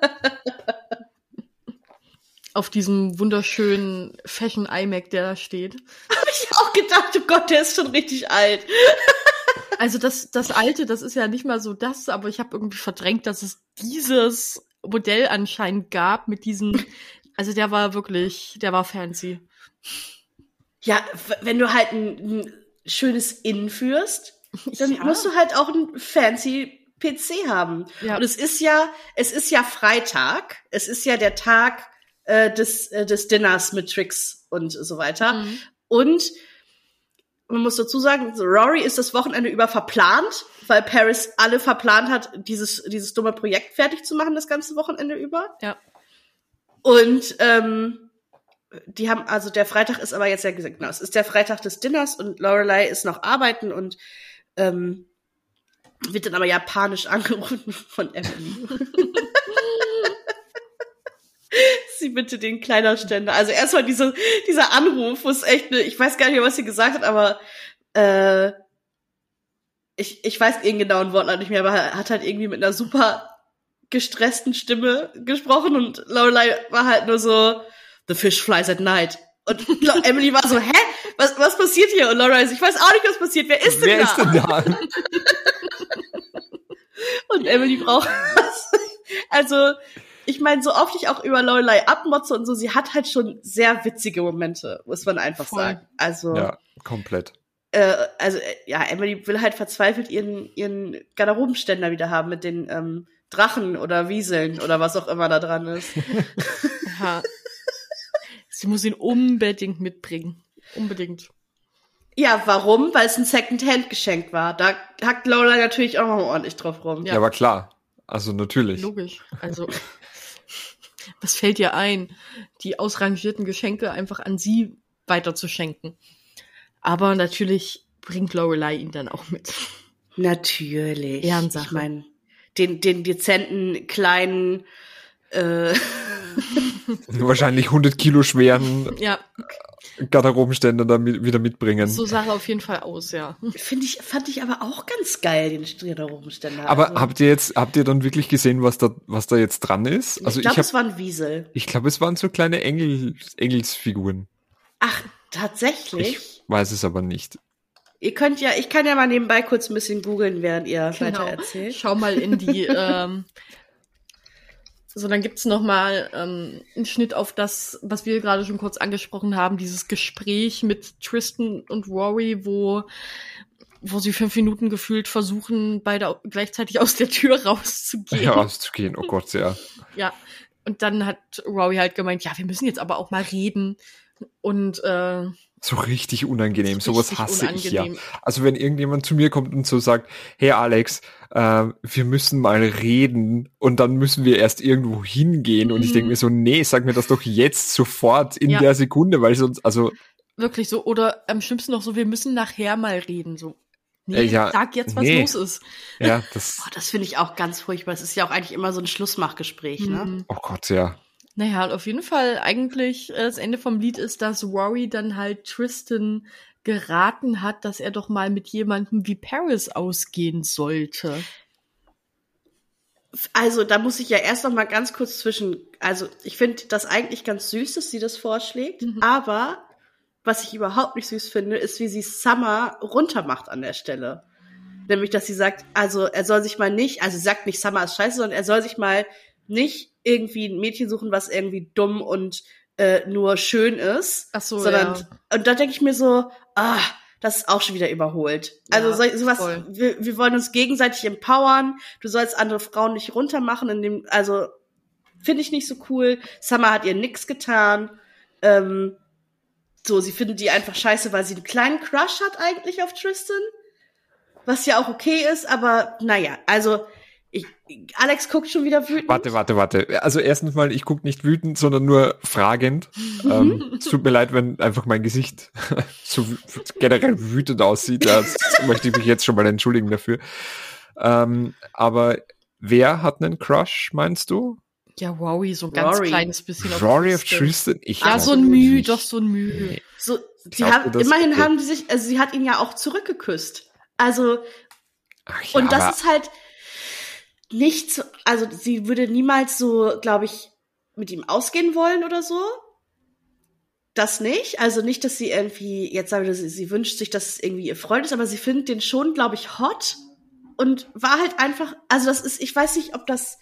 Auf diesem wunderschönen Fashion iMac, der da steht. Hab ich auch gedacht, oh Gott, der ist schon richtig alt. Also das, das alte, das ist ja nicht mal so das, aber ich habe irgendwie verdrängt, dass es dieses Modell anscheinend gab mit diesen, also der war wirklich, der war fancy. Ja, w- wenn du halt ein, ein schönes Inn führst, dann Ja. musst du halt auch ein fancy P C haben. Ja. Und es ist ja, es ist ja Freitag, es ist ja der Tag äh, des äh, des Dinners mit Tricks und so weiter. Mhm. Und man muss dazu sagen, Rory ist das Wochenende über verplant, weil Paris alle verplant hat, dieses dieses dumme Projekt fertig zu machen, das ganze Wochenende über. Ja. Und ähm, die haben, also der Freitag ist aber jetzt ja gesagt, genau, es ist der Freitag des Dinners und Lorelei ist noch arbeiten und ähm, wird dann aber japanisch angerufen von Emily. Sie bitte den Kleiderständer. Also erstmal diese, dieser Anruf, wo es echt, ne, ich weiß gar nicht mehr, was sie gesagt hat, aber äh, ich, ich weiß ihren genauen Wortlaut nicht mehr, aber er hat halt irgendwie mit einer super gestressten Stimme gesprochen und Lorelei war halt nur so, the fish flies at night. Und Emily war so, hä? Was, was passiert hier? Und Lorelei so, ich weiß auch nicht, was passiert. Wer ist denn Wer da? ist denn da? Und Emily braucht was. Also, ich meine, so oft ich auch über Lorelei abmotze und so, sie hat halt schon sehr witzige Momente, muss man einfach Voll. sagen. Also, Ja, komplett. äh, also äh, ja, Emily will halt verzweifelt ihren ihren Garderobenständer wieder haben mit den ähm, Drachen oder Wieseln oder was auch immer da dran ist. Ja. Sie muss ihn unbedingt mitbringen. Unbedingt. Ja, warum? Weil es ein Second-Hand-Geschenk war. Da hackt Lorelei natürlich auch noch ordentlich drauf rum. Ja, aber klar. Also natürlich. Logisch. Also, was fällt dir ein, die ausrangierten Geschenke einfach an sie weiterzuschenken? Aber natürlich bringt Lorelei ihn dann auch mit. Natürlich. Ehrensache. Ich meine, den, den dezenten, kleinen, äh, Wahrscheinlich hundert Kilo schweren Ja, Garderobenständer da mit, wieder mitbringen. so sah er auf jeden Fall aus, ja. finde ich, fand ich aber auch ganz geil, den Garderobenständer. Aber also, habt ihr jetzt, habt ihr dann wirklich gesehen, was da, was da jetzt dran ist? Also ich glaube, ich es war ein Wiesel. ich glaube, es waren so kleine Engel, Engelsfiguren. Ach, tatsächlich? Ich weiß es aber nicht. Ihr könnt ja, ich kann ja mal nebenbei kurz ein bisschen googeln, während ihr weiter Genau. erzählt. Schau mal in die, ähm, so dann gibt's noch mal ähm, einen Schnitt auf das, was wir gerade schon kurz angesprochen haben, dieses Gespräch mit Tristan und Rory, wo wo sie fünf Minuten gefühlt versuchen, beide au- gleichzeitig aus der Tür rauszugehen. Ja, rauszugehen. Oh Gott, ja. Ja. Und dann hat Rory halt gemeint, ja, wir müssen jetzt aber auch mal reden. Und äh, So richtig unangenehm. So Sowas richtig hasse ich ja. unangenehm. Also wenn irgendjemand zu mir kommt und so sagt, hey Alex, äh, wir müssen mal reden und dann müssen wir erst irgendwo hingehen und ich denke mir so, nee, sag mir das doch jetzt sofort in Ja. der Sekunde, weil sonst, also wirklich so, oder am schlimmsten noch so, wir müssen nachher mal reden. So, nee, Äh, ja, sag jetzt, was nee. los ist. ja, das, Oh, das finde ich auch ganz furchtbar. Es ist ja auch eigentlich immer so ein Schlussmachgespräch, ne? Mhm. oh Gott, ja. Naja, und auf jeden Fall eigentlich äh, das Ende vom Lied ist, dass Rory dann halt Tristan geraten hat, dass er doch mal mit jemandem wie Paris ausgehen sollte. Also, da muss ich ja erst noch mal ganz kurz zwischen, also, ich finde das eigentlich ganz süß, dass sie das vorschlägt, Mhm. aber was ich überhaupt nicht süß finde, ist, wie sie Summer runtermacht an der Stelle. Nämlich, dass sie sagt, also, er soll sich mal nicht, also sie sagt nicht, Summer ist scheiße, sondern er soll sich mal nicht irgendwie ein Mädchen suchen, was irgendwie dumm und äh, nur schön ist. Ach so, sondern, ja. Und da denke ich mir so, ah, das ist auch schon wieder überholt. Ja, Also so, sowas, voll. wir, wir wollen uns gegenseitig empowern, du sollst andere Frauen nicht runtermachen, in dem, also finde ich nicht so cool. Summer hat ihr nix getan. Ähm, so, sie findet die einfach scheiße, weil sie einen kleinen Crush hat eigentlich auf Tristan. Was ja auch okay ist, aber naja, also ich, Alex guckt schon wieder wütend. Warte, warte, warte. Also erstens mal, ich gucke nicht wütend, sondern nur fragend. ähm, es tut mir leid, wenn einfach mein Gesicht so wü- generell wütend aussieht. Das möchte ich mich jetzt schon mal entschuldigen dafür. Ähm, aber wer hat einen Crush, meinst du? Ja, Rory, so ein ganz Rory. kleines bisschen. auf Rory of Tristan. Tristan? Ich Ja, glaub so ein Mühe, nicht. doch so ein Mühe. So, sie Glaubt haben, ihr das? immerhin Okay. haben die sich, also sie hat ihn ja auch zurückgeküsst. Also, Ach ja, und das aber- ist halt nicht so, also sie würde niemals so, glaube ich, mit ihm ausgehen wollen oder so. das nicht. Also nicht, dass sie irgendwie, jetzt sagen wir, sie, sie wünscht sich, dass es irgendwie ihr Freund ist, aber sie findet den schon, glaube ich, hot und war halt einfach, also das ist, ich weiß nicht, ob das,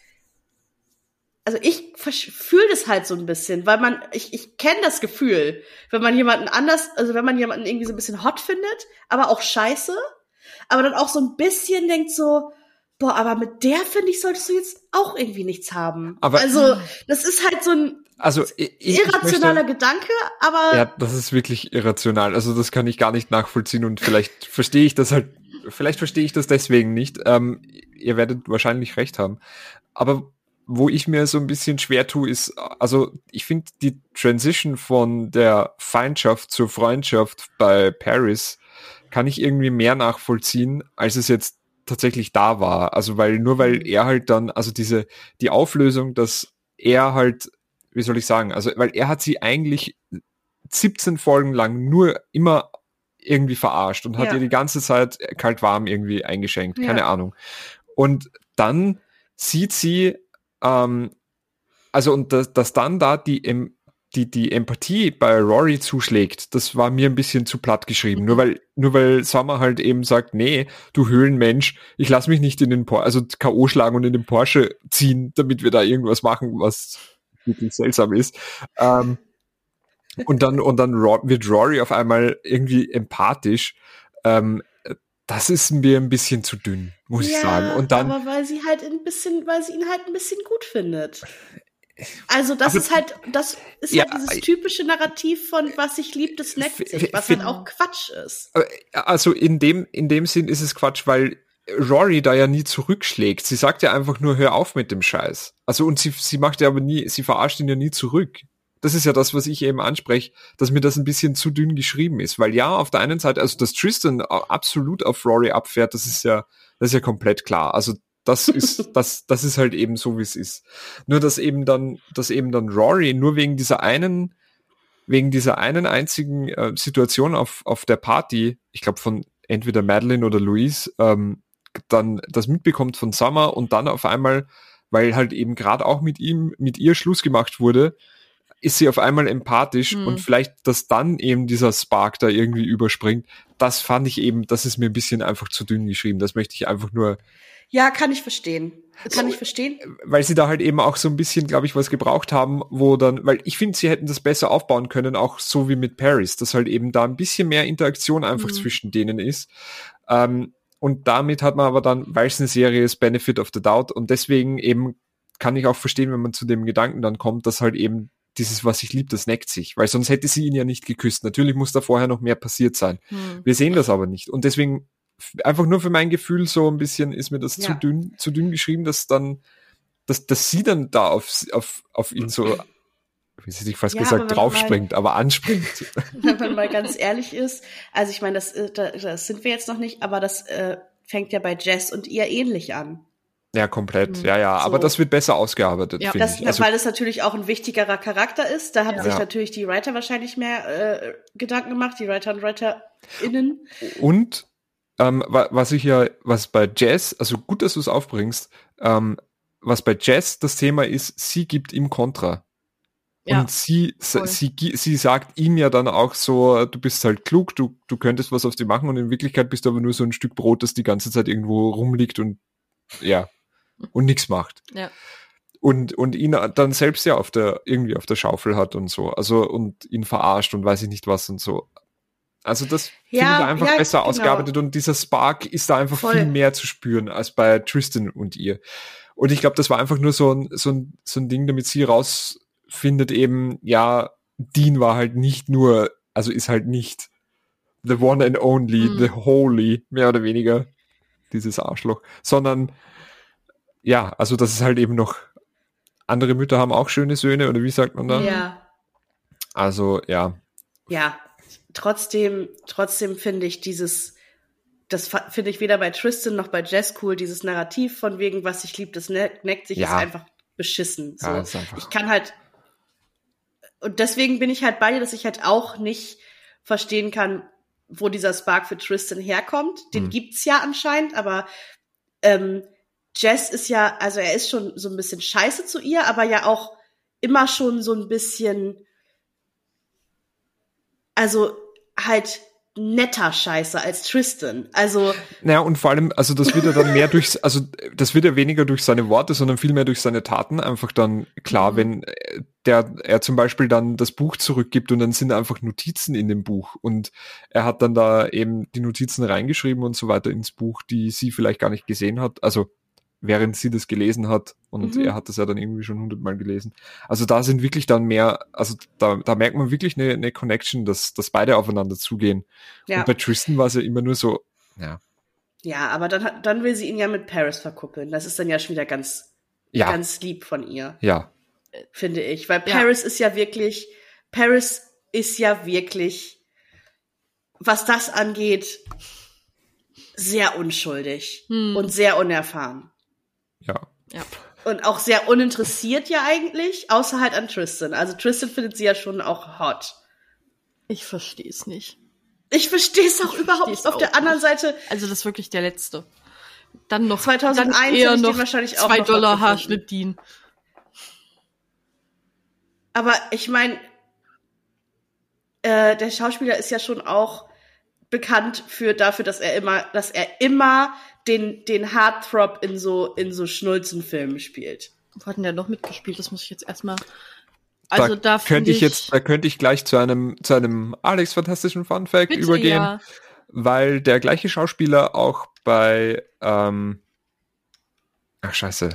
also ich fühle das halt so ein bisschen, weil man, ich, ich kenne das Gefühl, wenn man jemanden anders, also wenn man jemanden irgendwie so ein bisschen hot findet, aber auch scheiße, aber dann auch so ein bisschen denkt so, boah, aber mit der, finde ich, solltest du jetzt auch irgendwie nichts haben. Aber, also, das ist halt so ein also, ich, ich irrationaler möchte, Gedanke, aber... Ja, das ist wirklich irrational. Also das kann ich gar nicht nachvollziehen und vielleicht verstehe ich das halt, vielleicht verstehe ich das deswegen nicht. Ähm, ihr werdet wahrscheinlich recht haben. Aber wo ich mir so ein bisschen schwer tue, ist, also ich finde die Transition von der Feindschaft zur Freundschaft bei Paris kann ich irgendwie mehr nachvollziehen, als es jetzt tatsächlich da war. Also weil, nur weil er halt dann, also diese, die Auflösung, dass er halt, wie soll ich sagen, also weil er hat sie eigentlich siebzehn Folgen lang nur immer irgendwie verarscht und hat Ja. ihr die ganze Zeit kalt warm irgendwie eingeschenkt, Ja. keine Ahnung. Und dann sieht sie, ähm, also und dass, dass dann da die, em, die, die Empathie bei Rory zuschlägt, das war mir ein bisschen zu platt geschrieben. Mhm. Nur weil, nur weil Summer halt eben sagt, nee, du Höhlenmensch, ich lass mich nicht in den Por- also K O schlagen und in den Porsche ziehen, damit wir da irgendwas machen, was wirklich seltsam ist. Ähm, und dann, und dann Ro- wird Rory auf einmal irgendwie empathisch. Ähm, das ist mir ein bisschen zu dünn, muss ja, ich sagen. Und dann, aber weil sie halt ein bisschen, weil sie ihn halt ein bisschen gut findet. Also das Aber- ist halt, das ist Ja, halt dieses typische Narrativ von was sich liebt, das neckt f- sich, was f- halt auch Quatsch ist. also in dem, in dem Sinn ist es Quatsch, weil Rory da ja nie zurückschlägt. Sie sagt ja einfach nur, hör auf mit dem Scheiß. Also und sie, sie macht ja aber nie, sie verarscht ihn ja nie zurück. Das ist ja das, was ich eben anspreche, dass mir das ein bisschen zu dünn geschrieben ist. Weil ja, auf der einen Seite, also dass Tristan absolut auf Rory abfährt, das ist ja, das ist ja komplett klar. Also das ist, das, das ist halt eben so, wie es ist. Nur, dass eben dann, dass eben dann Rory nur wegen dieser einen, wegen dieser einen einzigen äh, Situation auf, auf der Party, ich glaube von entweder Madeline oder Louise, ähm, dann das mitbekommt von Summer und dann auf einmal, weil halt eben gerade auch mit ihm, mit ihr Schluss gemacht wurde, ist sie auf einmal empathisch Hm. und vielleicht, dass dann eben dieser Spark da irgendwie überspringt, das fand ich eben, das ist mir ein bisschen einfach zu dünn geschrieben. Das möchte ich einfach nur, Ja, kann ich verstehen. Kann ich verstehen. weil sie da halt eben auch so ein bisschen, glaube ich, was gebraucht haben, wo dann, weil ich finde, sie hätten das besser aufbauen können, auch so wie mit Paris, dass halt eben da ein bisschen mehr Interaktion einfach Mhm. zwischen denen ist. Ähm, und damit hat man aber dann, weil es eine Serie ist, Benefit of the Doubt und deswegen eben kann ich auch verstehen, wenn man zu dem Gedanken dann kommt, dass halt eben dieses, was ich lieb, das neckt sich, weil sonst hätte sie ihn ja nicht geküsst. Natürlich muss da vorher noch mehr passiert sein. Hm. Wir sehen das aber nicht. Und deswegen, f- einfach nur für mein Gefühl so ein bisschen, ist mir das Ja. zu dünn, zu dünn geschrieben, dass dann, dass, dass sie dann da auf, auf, auf ihn so, wie sie sich fast Ja, aber gesagt, wenn man draufspringt, aber anspringt. Wenn man mal ganz ehrlich ist. Also ich meine, das, äh, da- das sind wir jetzt noch nicht, aber das äh, fängt ja bei Jess und ihr ähnlich an. Ja, komplett. Hm. Ja, ja. Aber So. das wird besser ausgearbeitet, Ja, finde Das, ich. Also, weil es natürlich auch ein wichtigerer Charakter ist. Da haben sich Ja. natürlich die Writer wahrscheinlich mehr äh, Gedanken gemacht, die Writer und WriterInnen. und ähm, wa- was ich ja, was bei Jess, also gut, dass du es aufbringst, ähm, was bei Jess das Thema ist, sie gibt ihm Kontra. Ja, Und sie, voll. sie, gi- sie sagt ihm ja dann auch so, du bist halt klug, du, du könntest was aus dir machen und in Wirklichkeit bist du aber nur so ein Stück Brot, das die ganze Zeit irgendwo rumliegt und ja, und nichts macht. Ja. Und, und ihn dann selbst ja auf der, irgendwie auf der Schaufel hat und so. Also, und ihn verarscht und weiß ich nicht was und so. Also, das Ja, finde ich einfach ja, besser genau. ausgearbeitet und dieser Spark ist da einfach Voll. viel mehr zu spüren als bei Tristan und ihr. Und ich glaube, das war einfach nur so ein, so ein, so ein Ding, damit sie rausfindet eben, ja, Dean war halt nicht nur, also ist halt nicht the one and only, Mhm. the holy, mehr oder weniger, dieses Arschloch, sondern ja, also das ist halt eben noch, andere Mütter haben auch schöne Söhne, oder wie sagt man da? Ja, Also, ja. ja. Trotzdem, trotzdem finde ich dieses, das fa- finde ich weder bei Tristan noch bei Jess cool, dieses Narrativ von wegen, was sich liebt, das ne- neckt sich, Ja. ist einfach beschissen. So. Ja, ist einfach- Ich kann halt, und deswegen bin ich halt bei dir, dass ich halt auch nicht verstehen kann, wo dieser Spark für Tristan herkommt. Den Hm. gibt's ja anscheinend, aber ähm, Jess ist ja, also er ist schon so ein bisschen scheiße zu ihr, aber ja auch immer schon so ein bisschen also halt netter Scheiße als Tristan. Also naja, und vor allem, also das wird ja dann mehr durch, also das wird ja weniger durch seine Worte, sondern viel mehr durch seine Taten einfach dann klar, mhm. wenn der er zum Beispiel dann das Buch zurückgibt und dann sind einfach Notizen in dem Buch und er hat dann da eben die Notizen reingeschrieben und so weiter ins Buch, die sie vielleicht gar nicht gesehen hat, also während sie das gelesen hat und mhm. er hat das ja dann irgendwie schon hundertmal gelesen. Also da sind wirklich dann mehr, also da, da merkt man wirklich eine, eine Connection, dass, dass beide aufeinander zugehen. Ja. Und bei Tristan war es ja immer nur so, ja. Ja, aber dann, hat, dann will sie ihn ja mit Paris verkuppeln. Das ist dann ja schon wieder ganz, ja. ganz lieb von ihr. Ja. Finde ich. Weil Paris ja. ist ja wirklich, Paris ist ja wirklich, was das angeht, sehr unschuldig hm. und sehr unerfahren. Ja. ja. Und auch sehr uninteressiert ja eigentlich, außer halt an Tristan. Also Tristan findet sie ja schon auch hot. Ich verstehe es nicht. Ich verstehe es auch ich überhaupt nicht. Auf der nicht. anderen Seite. Also das ist wirklich der letzte. Dann noch zweitausendeins dann eher noch wahrscheinlich auch zwei Dollar Haarschnitt dienen. Aber ich meine, äh, der Schauspieler ist ja schon auch bekannt für dafür, dass er immer, dass er immer den den Heartthrob in so in so Schnulzenfilmen spielt. Wo hat denn der noch mitgespielt? Das muss ich jetzt erstmal. Also da, da könnte ich jetzt, da könnte ich gleich zu einem zu einem Alex fantastischen Fun Fact Bitte, übergehen, ja. weil der gleiche Schauspieler auch bei ähm, ach scheiße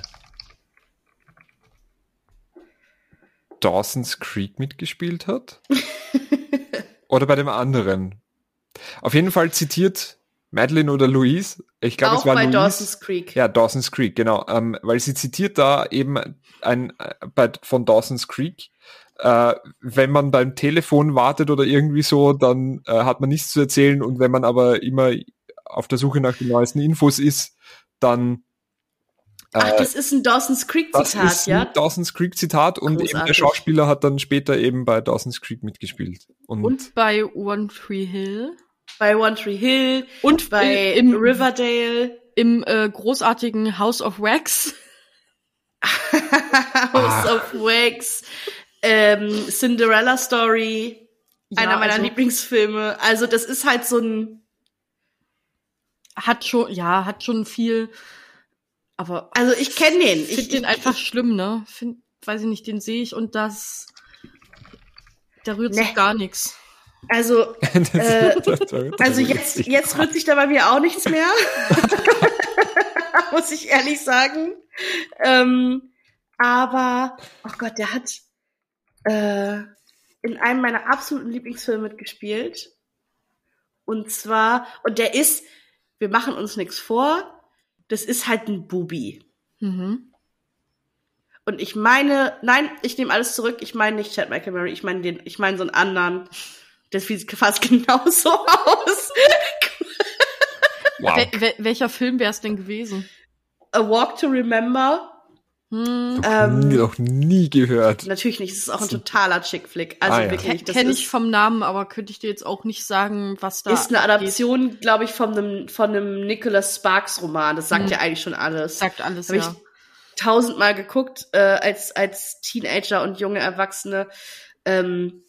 Dawson's Creek mitgespielt hat oder bei dem anderen. Auf jeden Fall zitiert Madeline oder Louise, ich glaube es war bei Louise. Dawson's Creek. Ja, Dawson's Creek, genau, ähm, weil sie zitiert da eben ein äh, bei, von Dawson's Creek, äh, wenn man beim Telefon wartet oder irgendwie so, dann äh, hat man nichts zu erzählen und wenn man aber immer auf der Suche nach den neuesten Infos ist, dann äh, Ach, das ist ein Dawson's Creek Zitat, das ist ja? Ein Dawson's Creek Zitat und Großartig. Eben der Schauspieler hat dann später eben bei Dawson's Creek mitgespielt. Und, und bei One Tree Hill. Bei One Tree Hill und bei im Riverdale. Im äh, großartigen House of Wax. House ah. of Wax. Ähm, Cinderella Story. Ja, einer meiner also, Lieblingsfilme. Also das ist halt so ein... Hat schon, ja, hat schon viel... Aber also ich kenne den. Ich finde den einfach ich, schlimm, ne? Find, weiß ich nicht, den sehe ich und das... Da rührt ne. sich gar nichts. Also, äh, also jetzt, jetzt rührt sich da bei mir auch nichts mehr. Muss ich ehrlich sagen. Ähm, aber, oh Gott, der hat äh, in einem meiner absoluten Lieblingsfilme mitgespielt. Und zwar, und der ist, wir machen uns nichts vor, das ist halt ein Bubi. Mhm. Und ich meine, nein, ich nehme alles zurück, ich meine nicht Chad Michael Murray, ich meine den, ich meine so einen anderen. Das sieht fast genauso aus. Wow. Wel- wel- welcher Film wäre es denn gewesen? A Walk to Remember. Hm. Ähm, nie, noch nie gehört. Natürlich nicht, es ist auch ein totaler Chick-Flick. Also ah, ja. wirklich, das kenne ich vom Namen, aber könnte ich dir jetzt auch nicht sagen, was da ist eine Adaption, glaube ich, von einem von einem Nicholas Sparks Roman. Das sagt hm. ja eigentlich schon alles. Sagt alles, Hab ja. Ich tausendmal geguckt äh, als als Teenager und junge Erwachsene. Ähm,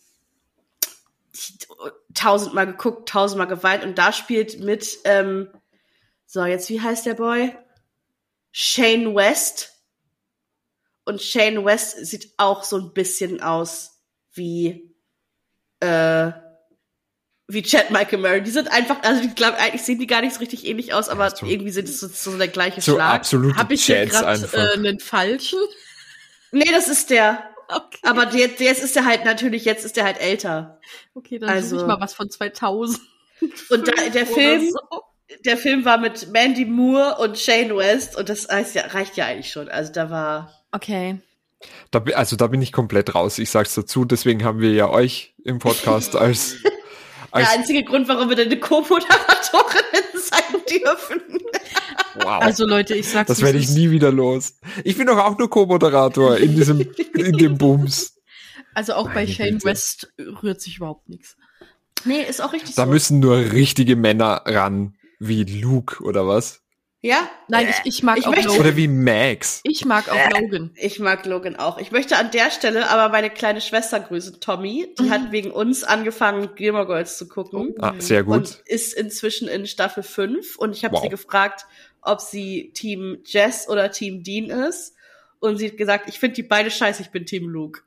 tausendmal geguckt, tausendmal geweint und da spielt mit, ähm, so, jetzt, wie heißt der Boy? Shane West. Und Shane West sieht auch so ein bisschen aus wie, äh, wie Chad Michael Murray. Die sind einfach, also ich glaube, eigentlich sehen die gar nicht so richtig ähnlich aus, aber so, irgendwie sind es so, so der gleiche so Schlag. Absolute Hab ich hier gerade äh, einen falschen? Nee, das ist der. Okay. Aber der, jetzt ist er halt natürlich, jetzt ist er halt älter. Okay, dann also, suche ich mal was von zweitausend. Und da, der Film, so. der Film war mit Mandy Moore und Shane West und das heißt ja, reicht ja eigentlich schon. Also da war. Okay. Da, also da bin ich komplett raus. Ich sag's dazu. Deswegen haben wir ja euch im Podcast als, als der einzige Grund, warum wir denn eine Co-Moderatorin sein dürfen. Wow. Also Leute, ich sag's Das werde ich nie wieder los. Ich bin doch auch nur Co-Moderator in diesem, in dem Booms. Also auch bei Shane Bitte. West rührt sich überhaupt nichts. Nee, ist auch richtig da so. Da müssen nur richtige Männer ran, wie Luke oder was? Ja? Nein, ich, ich mag Ich auch möchte- Logan. Oder wie Max. Ich mag auch Logan. Ich mag Logan auch. Ich möchte an der Stelle aber meine kleine Schwester grüßen, Tommy. Die Mhm. hat wegen uns angefangen, Gilmore Girls zu gucken. Ah, sehr gut. Und ist inzwischen in Staffel fünf. Und ich habe Wow. sie gefragt, ob sie Team Jess oder Team Dean ist. Und sie hat gesagt, ich finde die beide scheiße, ich bin Team Luke.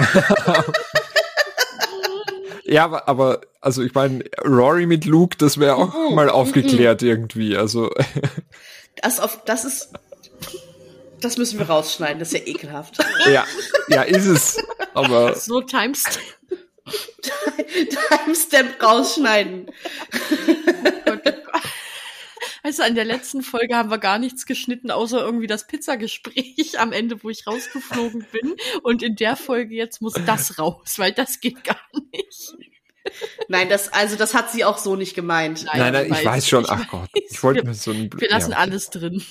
Ja, aber, aber also ich meine, Rory mit Luke, das wäre auch Mhm. mal aufgeklärt irgendwie. Also Das, auf, das ist... Das müssen wir rausschneiden, das ist ja ekelhaft. ja, ja, ist es. Aber So Times. Timestamp rausschneiden. Also an der letzten Folge haben wir gar nichts geschnitten, außer irgendwie das Pizzagespräch am Ende, wo ich rausgeflogen bin. Und in der Folge jetzt muss das raus, weil das geht gar nicht. Nein, das, also das hat sie auch so nicht gemeint. nein, nein, ich weiß schon. ich Ach Gott, weiß. ich wollte Wir- mir so ein. Wir lassen ja. alles drin.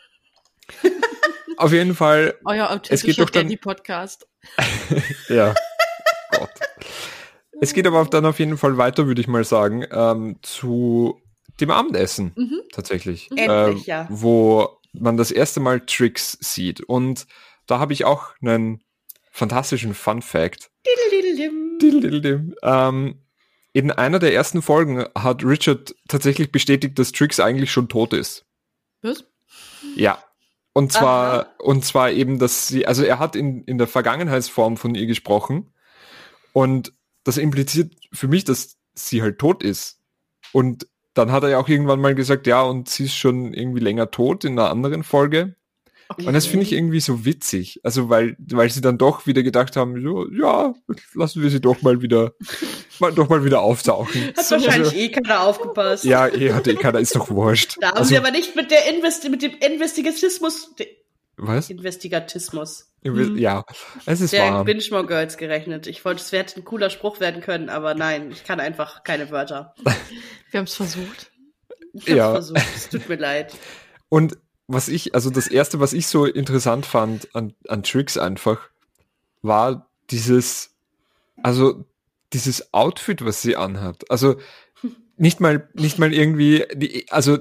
Auf jeden Fall. Euer Es geht authentischer doch dann- Daddy-Podcast. Ja. Gott. Es geht aber auch dann auf jeden Fall weiter, würde ich mal sagen, ähm, zu dem Abendessen Mhm. tatsächlich. Endlich, ähm, ja. Wo man das erste Mal Trix sieht. Und da habe ich auch einen fantastischen Fun Fact. Diddle-diddle-dim. Diddle-diddle-dim. Ähm, in einer der ersten Folgen hat Richard tatsächlich bestätigt, dass Trix eigentlich schon tot ist. Was? Ja. Und zwar, Aha. und zwar eben, dass sie, also er hat in, in der Vergangenheitsform von ihr gesprochen und das impliziert für mich, dass sie halt tot ist. Und dann hat er ja auch irgendwann mal gesagt, ja, und sie ist schon irgendwie länger tot in einer anderen Folge. Und das finde ich irgendwie so witzig. Also, weil, weil sie dann doch wieder gedacht haben, so, ja, lassen wir sie doch mal wieder, mal, doch mal wieder auftauchen. Hat wahrscheinlich eh keiner aufgepasst. Ja, eh, hat eh keiner, ist doch wurscht. Da haben Also, sie aber nicht mit der Investi mit dem Investigatismus, de was? Investigatismus Ja, es ist der warm. Binge Girls gerechnet. Ich wollte, es hätte ein cooler Spruch werden können, aber nein, ich kann einfach keine Wörter. Wir haben es versucht. Ich hab's Ja. versucht, es tut mir leid. Und was ich, also das erste, was ich so interessant fand an, an Trix einfach, war dieses, also dieses Outfit, was sie anhat. Also nicht mal, nicht mal irgendwie, die, also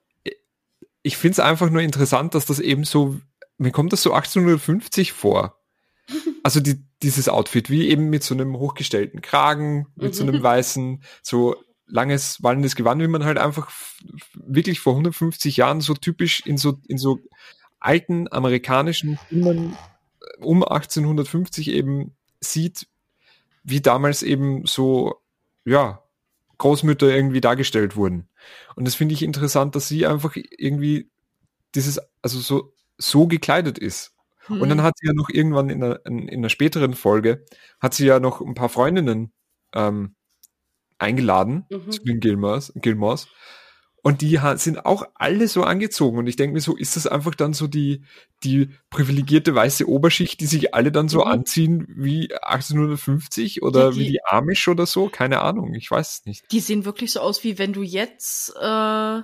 ich finde es einfach nur interessant, dass das eben so, mir kommt das so achtzehnhundertfünfzig vor. Also die, dieses Outfit, wie eben mit so einem hochgestellten Kragen, mit so einem weißen, so langes, wallendes Gewand, wie man halt einfach f- wirklich vor hundertfünfzig Jahren so typisch in so, in so alten amerikanischen Filmen um achtzehnhundertfünfzig eben sieht, wie damals eben so, ja, Großmütter irgendwie dargestellt wurden. Und das finde ich interessant, dass sie einfach irgendwie dieses, also so, so gekleidet ist. Hm. Und dann hat sie ja noch irgendwann in einer, in, in einer späteren Folge, hat sie ja noch ein paar Freundinnen ähm, eingeladen Mhm. zu den Gilmores, Gilmores. Und die ha- sind auch alle so angezogen. Und ich denke mir so, ist das einfach dann so die, die privilegierte weiße Oberschicht, die sich alle dann so Mhm. anziehen wie achtzehnhundertfünfzig oder Ja, die- wie die Amish oder so? Keine Ahnung, ich weiß es nicht. Die sehen wirklich so aus, wie wenn du jetzt äh,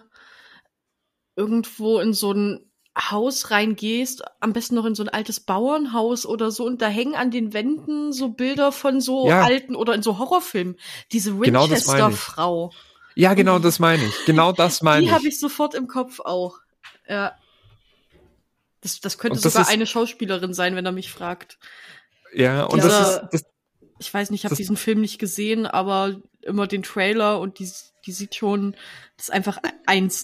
irgendwo in so ein Haus reingehst, am besten noch in so ein altes Bauernhaus oder so, und da hängen an den Wänden so Bilder von so Ja. alten oder in so Horrorfilmen. Diese Genau das meine ich. Winchester-Frau. Ja, genau, das meine ich. Genau das meine Die ich. habe ich sofort im Kopf auch. Ja. Das, das könnte Und das sogar ist- eine Schauspielerin sein, wenn er mich fragt. Ja, und Dieser- das ist, das, Ich weiß nicht, ich habe Das- diesen Film nicht gesehen, aber immer den Trailer, und die, die sieht schon, das ist einfach eins.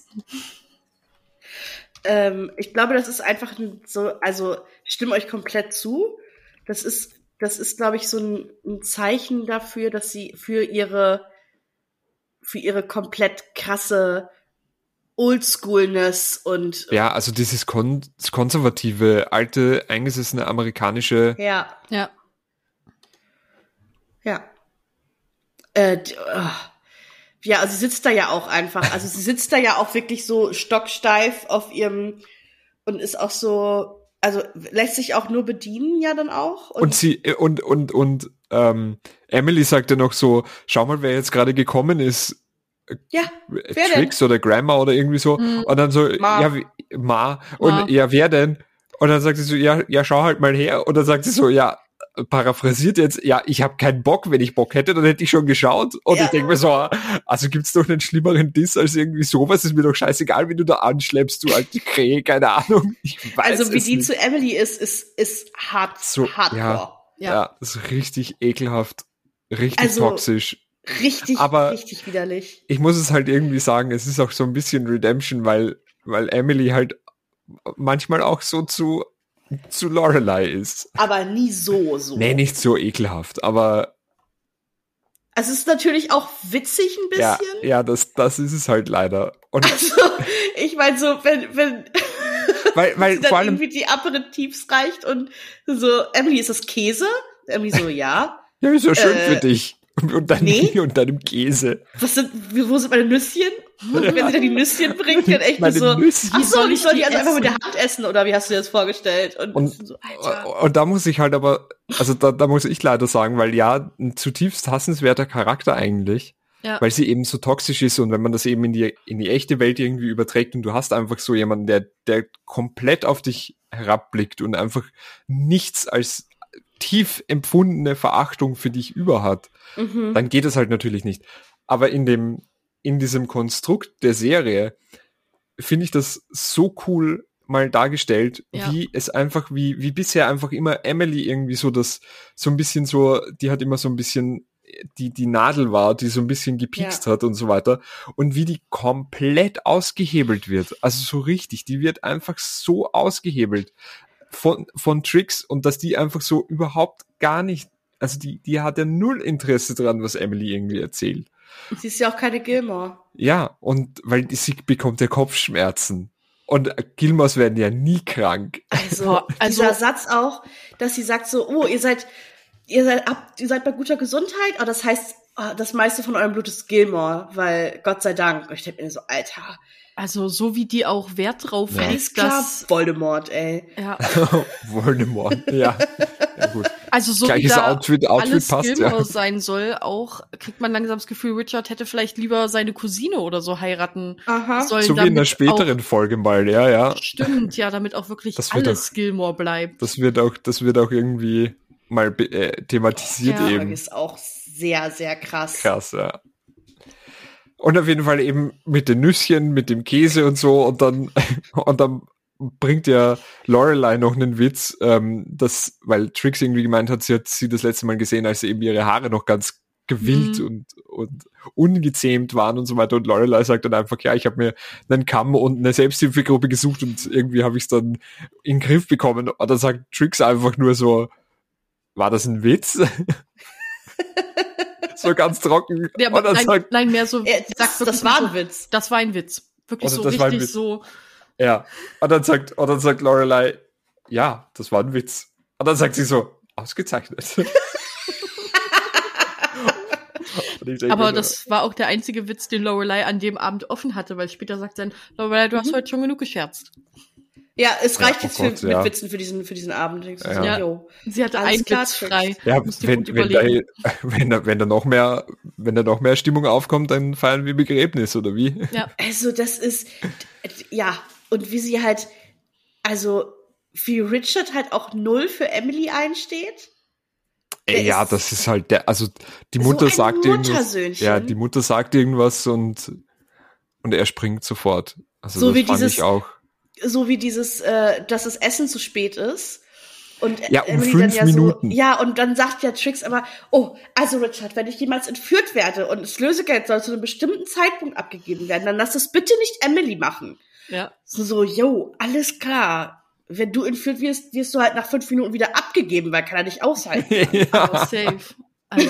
Ähm, ich glaube, das ist einfach ein so, also ich stimme euch komplett zu. Das ist, das ist, glaube ich, so ein, ein Zeichen dafür, dass sie für ihre, für ihre komplett krasse Oldschoolness und ja, also dieses kon konservative, alte, eingesessene amerikanische, ja, Ja. ja. Äh, die, ah. Ja, also sie sitzt da ja auch einfach, also sie sitzt da ja auch wirklich so stocksteif auf ihrem und ist auch so, also lässt sich auch nur bedienen ja dann auch. und sie, und, und, und, ähm, Emily sagte noch so, schau mal, wer jetzt gerade gekommen ist, ja, wer denn? Trix oder Grandma oder irgendwie so, Mhm. und dann so, Ma. ja, wie, Ma, und Ma. ja, wer denn? Und dann sagt sie so, ja, ja, schau halt mal her, und dann sagt sie so, ja, paraphrasiert jetzt, ja, ich habe keinen Bock, wenn ich Bock hätte, dann hätte ich schon geschaut. Und Ja. ich denke mir so, also gibt's doch einen schlimmeren Diss als irgendwie sowas, ist mir doch scheißegal, wie du da anschleppst, du alte Krähe, keine Ahnung. Ich weiß Also wie es die nicht. zu Emily ist, ist, ist hart, So, hardcore. ja. Ja. Ja, das ist richtig ekelhaft, richtig Also- toxisch. Richtig, Aber- richtig widerlich. Ich muss es halt irgendwie sagen, es ist auch so ein bisschen Redemption, weil, weil Emily halt manchmal auch so zu, zu Lorelei ist. Aber nie so, so. Nee, nicht so ekelhaft, aber Also es ist natürlich auch witzig ein ja, bisschen. ja, das, das ist es halt leider. Und Also, ich meine so, wenn, wenn weil, weil sie dann vor allem, irgendwie die Aperitifs reicht und so, Emily, ist das Käse? Emily so, ja. ja, ist ja schön äh, für dich. Und, dein, nee. und deinem Käse. Was sind, wo sind meine Nüsschen? Wenn sie dann die Nüsschen bringt, dann echt nur Meine so, Nüsschen. ach so, Soll ich ich soll die die also einfach mit der essen? Hand essen, oder wie hast du dir das vorgestellt? Und, Und- ich so, Alter. Und da muss ich halt aber, also da, da muss ich leider sagen, weil ja, ein zutiefst hassenswerter Charakter eigentlich, Ja. weil sie eben so toxisch ist und wenn man das eben in die, in die echte Welt irgendwie überträgt und du hast einfach so jemanden, der, der komplett auf dich herabblickt und einfach nichts als tief empfundene Verachtung für dich über hat, Mhm. dann geht es halt natürlich nicht. Aber in dem, in diesem Konstrukt der Serie finde ich das so cool mal dargestellt, Ja. wie es einfach, wie, wie bisher einfach immer Emily irgendwie so das, so ein bisschen so, die hat immer so ein bisschen die, die Nadel war, die so ein bisschen gepikst Ja. hat und so weiter. Und wie die komplett ausgehebelt wird. Also so richtig, die wird einfach so ausgehebelt von, von Trix und dass die einfach so überhaupt gar nicht, also die, die hat ja null Interesse dran, was Emily irgendwie erzählt. Sie ist ja auch keine Gilmore. Ja, und weil die, sie bekommt ja Kopfschmerzen. Und Gilmores werden ja nie krank. Also, Also- dieser Satz auch, dass sie sagt so, oh, ihr seid, ihr seid ab, ihr seid bei guter Gesundheit, aber das heißt, oh, das meiste von eurem Blut ist Gilmore, weil Gott sei Dank. Und ich denke mir so, Alter, Also so wie die auch Wert drauf Ja. alles legt, klar, dass Voldemort, ey. ja, Voldemort, ja. Ja, gut. also so wie Gleiches da Outfit, Outfit alles passt, Gilmore ja. sein soll, auch kriegt man langsam das Gefühl, Richard hätte vielleicht lieber seine Cousine oder so heiraten Aha. sollen. So wie in der damit späteren Folge mal, ja, ja. Auch, stimmt, ja, damit auch wirklich Das wird alles Gilmore bleibt. Das wird auch, das wird auch irgendwie mal be- äh, thematisiert Ja, eben. Ist auch sehr, sehr krass. Krass, ja. Und auf jeden Fall eben mit den Nüsschen, mit dem Käse und so und dann, und dann bringt ja Lorelei noch einen Witz, ähm, das, weil Trix irgendwie gemeint hat, sie hat sie das letzte Mal gesehen, als eben ihre Haare noch ganz gewillt Mhm. und, und ungezähmt waren und so weiter. Und Lorelei sagt dann einfach, ja, ich habe mir einen Kamm und eine Selbsthilfegruppe gesucht und irgendwie habe ich es dann in den Griff bekommen. Und dann sagt Trix einfach nur so, war das ein Witz? So ganz trocken. Ja, und aber dann nein, sagt, nein, mehr so, Äh, sie sagt das, wirklich das war so, ein Witz. das war ein Witz. Wirklich Oder so das war ein richtig Witz. so, ja. Und dann sagt, und dann sagt Lorelei, ja, das war ein Witz. Und dann sagt sie so, ausgezeichnet. Und ich denke aber mir so, das war auch der einzige Witz, den Lorelei an dem Abend offen hatte, weil später sagt dann, Lorelei, du hast heute schon genug gescherzt. Ja, es Ja, reicht oh jetzt Gott, für, ja. mit Witzen für diesen, für diesen Abend. Ich so, Ja. Ja. yo. Sie hatte Alles einen klar, Witz frei. ja, Musst dir wenn, gut wenn, da, überlegen. wenn, da, wenn da noch mehr, wenn da noch mehr Stimmung aufkommt, dann feiern wir Begräbnis, oder wie? Ja. Also, das ist, ja, und wie sie halt, also, wie Richard halt auch null für Emily einsteht. Der Ey, ja, ist das ist halt der, also die so Mutter ein sagt irgendwas. Muttersöhnchen. Ja, die Mutter sagt irgendwas und, und er springt sofort. Also So das wie fand dieses- ich auch. So wie dieses, äh, dass das Essen zu spät ist. Und Ja, um Emily fünf dann ja Minuten. so, ja, und dann sagt ja Trix aber, oh, also Richard, wenn ich jemals entführt werde und das Lösegeld soll zu einem bestimmten Zeitpunkt abgegeben werden, dann lass das bitte nicht Emily machen. Ja. So, so, yo, alles klar. Wenn du entführt wirst, wirst du halt nach fünf Minuten wieder abgegeben, weil kann er nicht aushalten. Aber safe. Also,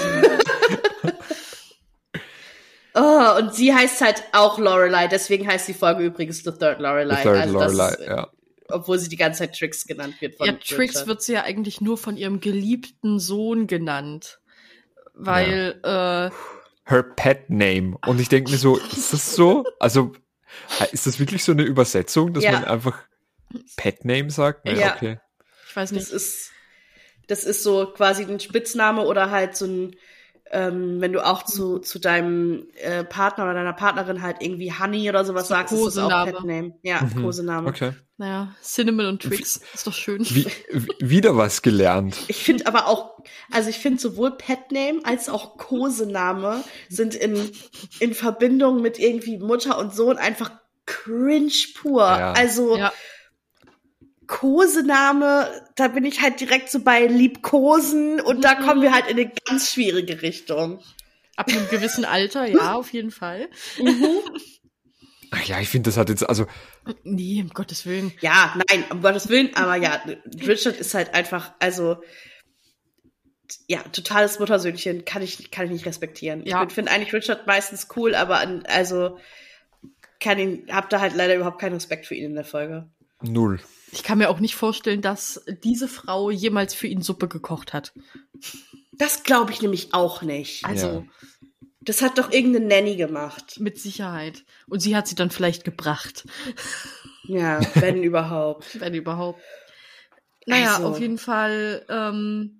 Oh, und sie heißt halt auch Lorelei, deswegen heißt die Folge übrigens The Third Lorelei. The Third also das Lorelei, ist, ja. Obwohl sie die ganze Zeit Trix genannt wird. Von ja, Trix Richard. wird sie ja eigentlich nur von ihrem geliebten Sohn genannt. Weil, äh, Her Pet Name. Und ich denke mir so, ist das so? Also, ist das wirklich so eine Übersetzung, dass Ja. man einfach Pet Name sagt? Nee, Ja. okay. ich weiß Das nicht. ist, das ist so quasi ein Spitzname oder halt so ein, ähm, wenn du auch zu, zu deinem äh, Partner oder deiner Partnerin halt irgendwie Honey oder sowas sagst, ist das auch Kosename. Petname. Ja, Mhm. Kosename. Okay. Naja, Cinnamon und Twix. Ist doch schön. Wie, wie- wieder was gelernt. Ich finde aber auch, also ich finde sowohl Petname als auch Kosename sind in, in Verbindung mit irgendwie Mutter und Sohn einfach cringe pur. Ja. Also Ja. Kosename, da bin ich halt direkt so bei Liebkosen und da Mhm. kommen wir halt in eine ganz schwierige Richtung. Ab einem gewissen Alter, ja, auf jeden Fall. Ach ja, ich finde, das hat jetzt, also, Nee, um Gottes Willen. Ja, nein, um Gottes Willen, aber ja, Richard ist halt einfach, also ja, totales Muttersöhnchen, kann ich, kann ich nicht respektieren. Ja. Ich finde eigentlich Richard meistens cool, aber an, also kann ihn, hab da halt leider überhaupt keinen Respekt für ihn in der Folge. null. Ich kann mir auch nicht vorstellen, dass diese Frau jemals für ihn Suppe gekocht hat. Das glaube ich nämlich auch nicht. Also, Ja. Das hat doch irgendeine Nanny gemacht. mit Sicherheit. Und sie hat sie dann vielleicht gebracht, Ja, wenn überhaupt. wenn überhaupt. Naja, Also. auf jeden Fall ähm,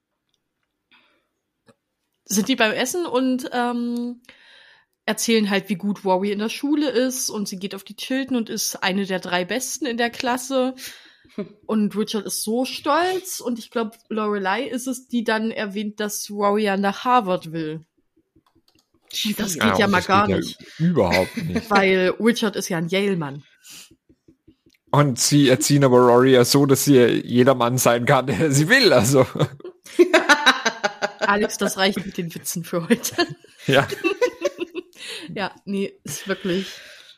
sind die beim Essen und ähm, erzählen halt, wie gut Rory in der Schule ist. Und sie geht auf die Chilton und ist eine der drei Besten in der Klasse. Und Richard ist so stolz. Und ich glaube, Lorelei ist es, die dann erwähnt, dass Rory ja nach Harvard will. Das geht ja, und mal das gar geht nicht. Ja überhaupt nicht. Weil Richard ist ja ein Yale-Mann. Und sie erziehen aber Rory ja so, dass sie jeder Mann sein kann, der sie will, also. Alex, das reicht mit den Witzen für heute. Ja. Ja, nee, ist wirklich.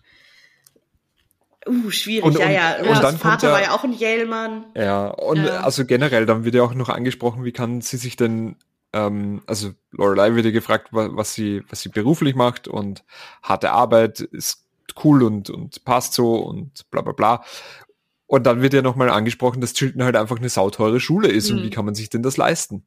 Uh, schwierig, Und- ja, und- ja. und Richards dann kommt Vater ja- war ja auch ein Yale-Mann. Ja, und Ja. also generell, dann wird ja auch noch angesprochen, wie kann sie sich denn, ähm, also Lorelei wird ja gefragt, wa- was sie, was sie beruflich macht und harte Arbeit ist cool und, und passt so und bla bla bla. Und dann wird ja nochmal angesprochen, dass Chilton halt einfach eine sauteure Schule ist und Mhm. wie kann man sich denn das leisten?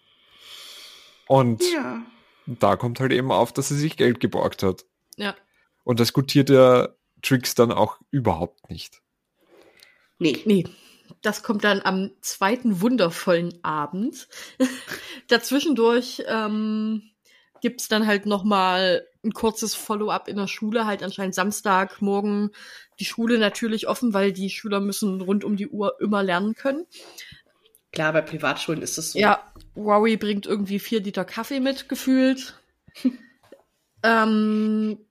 Und Ja. da kommt halt eben auf, dass sie sich Geld geborgt hat. Ja. Und das gutiert der Trix dann auch überhaupt nicht. Nee. Nee, das kommt dann am zweiten wundervollen Abend. Dazwischendurch ähm, gibt's dann halt noch mal ein kurzes Follow-up in der Schule, halt anscheinend Samstagmorgen die Schule natürlich offen, weil die Schüler müssen rund um die Uhr immer lernen können. Klar, bei Privatschulen ist es so. Ja, Rory bringt irgendwie vier Liter Kaffee mit, gefühlt. ähm,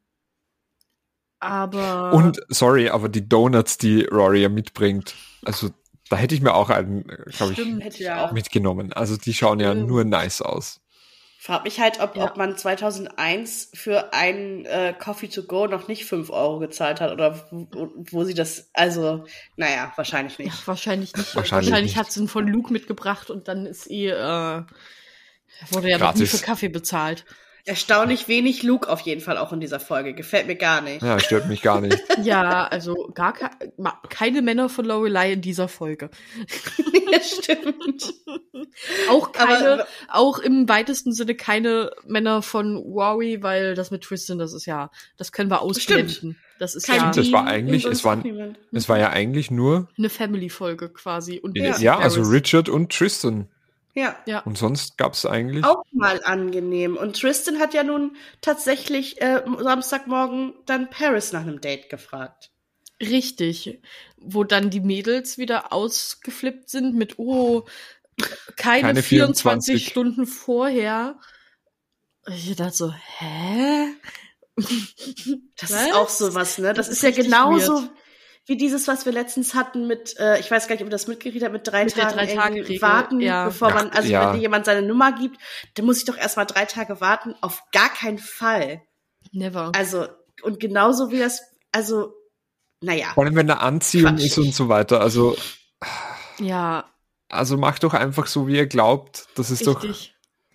aber Und, sorry, aber die Donuts, die Rory ja mitbringt, also da hätte ich mir auch einen, glaube ich, Stimmt, Hätte ich ja. auch. mitgenommen. Also die schauen ja Mhm. nur nice aus. Frag mich halt, ob, Ja. ob man zweitausendeins für einen äh, Coffee to go noch nicht fünf Euro gezahlt hat oder wo, wo sie das, also, naja, wahrscheinlich Ja, nicht. wahrscheinlich nicht. Wahrscheinlich Wahrscheinlich, nicht. hat sie ihn von Luke mitgebracht und dann ist eh, äh, wurde ja noch nie Gratis. für Kaffee bezahlt. Erstaunlich wenig Luke auf jeden Fall auch in dieser Folge. Gefällt mir gar nicht. Ja, stört mich gar nicht. Ja, also gar ke ma- keine Männer von Lorelei in dieser Folge. Ja, stimmt. Auch keine, Aber- auch im weitesten Sinne keine Männer von Rory, weil das mit Tristan, das ist ja, das können wir ausblenden. Das ist Kein ja Das war Dean eigentlich- und es sonst war- noch niemand. Es war ja eigentlich nur, eine Family-Folge quasi. Und ja, Ja. also Paris. Richard und Tristan. Ja. Ja. Und sonst gab's eigentlich, Auch mal angenehm. Und Tristan hat ja nun tatsächlich äh, Samstagmorgen dann Paris nach einem Date gefragt. Richtig. Wo dann die Mädels wieder ausgeflippt sind mit, oh, keine, Keine vierundzwanzig vierundzwanzig Stunden vorher. Ich dachte so, hä? Das Was? ist auch sowas, ne? Das, Das ist ist ja richtig genauso weird. wie dieses, was wir letztens hatten mit, äh, ich weiß gar nicht, ob ihr das mitgekriegt habt, mit drei Mit der Tagen irgendwie Drei-Tage-Regel, warten, ja. bevor man, Ach, also ja. wenn dir jemand seine Nummer gibt, dann muss ich doch erstmal drei Tage warten. Auf gar keinen Fall. Never. Also, und genauso wie das, also, naja. vor allem wenn da Anziehung Quatsch. ist und so weiter. Also, Ja, also macht doch einfach so, wie ihr glaubt. Das ist doch, richtig.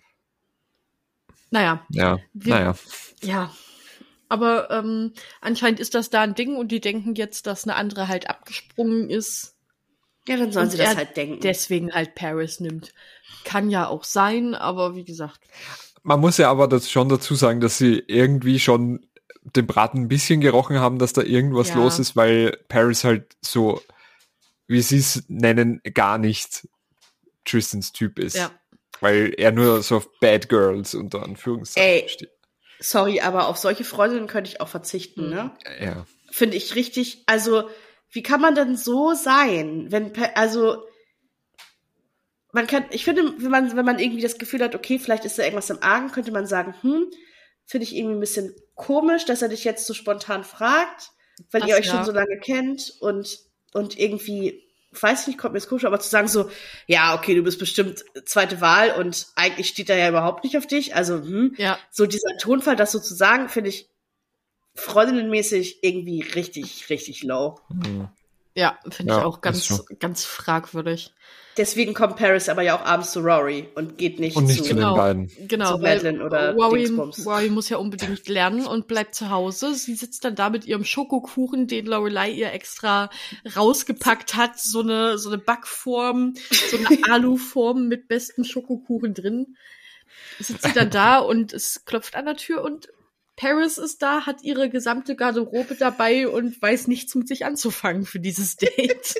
Naja, ja, Wir- naja. ja. Aber ähm, anscheinend ist das da ein Ding und die denken jetzt, dass eine andere halt abgesprungen ist. Ja, dann sollen Und sie das er halt denken. Deswegen halt Paris nimmt. Kann ja auch sein, aber wie gesagt. Man muss ja aber das schon dazu sagen, dass sie irgendwie schon den Braten ein bisschen gerochen haben, dass da irgendwas Ja. los ist, weil Paris halt so, wie sie es nennen, gar nicht Tristans Typ ist. Ja. weil er nur so auf Bad Girls unter Anführungszeichen Ey, steht. Sorry, aber auf solche Freundinnen könnte ich auch verzichten, ne? Ja. Finde ich richtig, also, wie kann man denn so sein, wenn, also, man kann, ich finde, wenn man, wenn man irgendwie das Gefühl hat, okay, vielleicht ist da irgendwas im Argen, könnte man sagen, hm, finde ich irgendwie ein bisschen komisch, dass er dich jetzt so spontan fragt, weil Das, ihr euch ja. schon so lange kennt und, und irgendwie, weiß ich nicht, kommt mir das komisch, aber zu sagen so, ja, okay, du bist bestimmt zweite Wahl und eigentlich steht er ja überhaupt nicht auf dich, also, hm, Ja. so dieser Tonfall, das so zu sagen, finde ich freundinnenmäßig irgendwie richtig, richtig low. Mhm. Ja, finde Ja, ich auch ist ganz, so. ganz fragwürdig. Deswegen kommt Paris aber ja auch abends zu Rory und geht nicht, Und nicht zu, zu den Genau. beiden. Genau, Zu weil Madeline oder Rory, Dingsbums. Rory muss ja unbedingt lernen und bleibt zu Hause. Sie sitzt dann da mit ihrem Schokokuchen, den Lorelei ihr extra rausgepackt hat. So eine, so eine Backform, so eine Aluform mit besten Schokokuchen drin. Sitzt sie dann da und es klopft an der Tür und Paris ist da, hat ihre gesamte Garderobe dabei und weiß nichts mit sich anzufangen für dieses Date.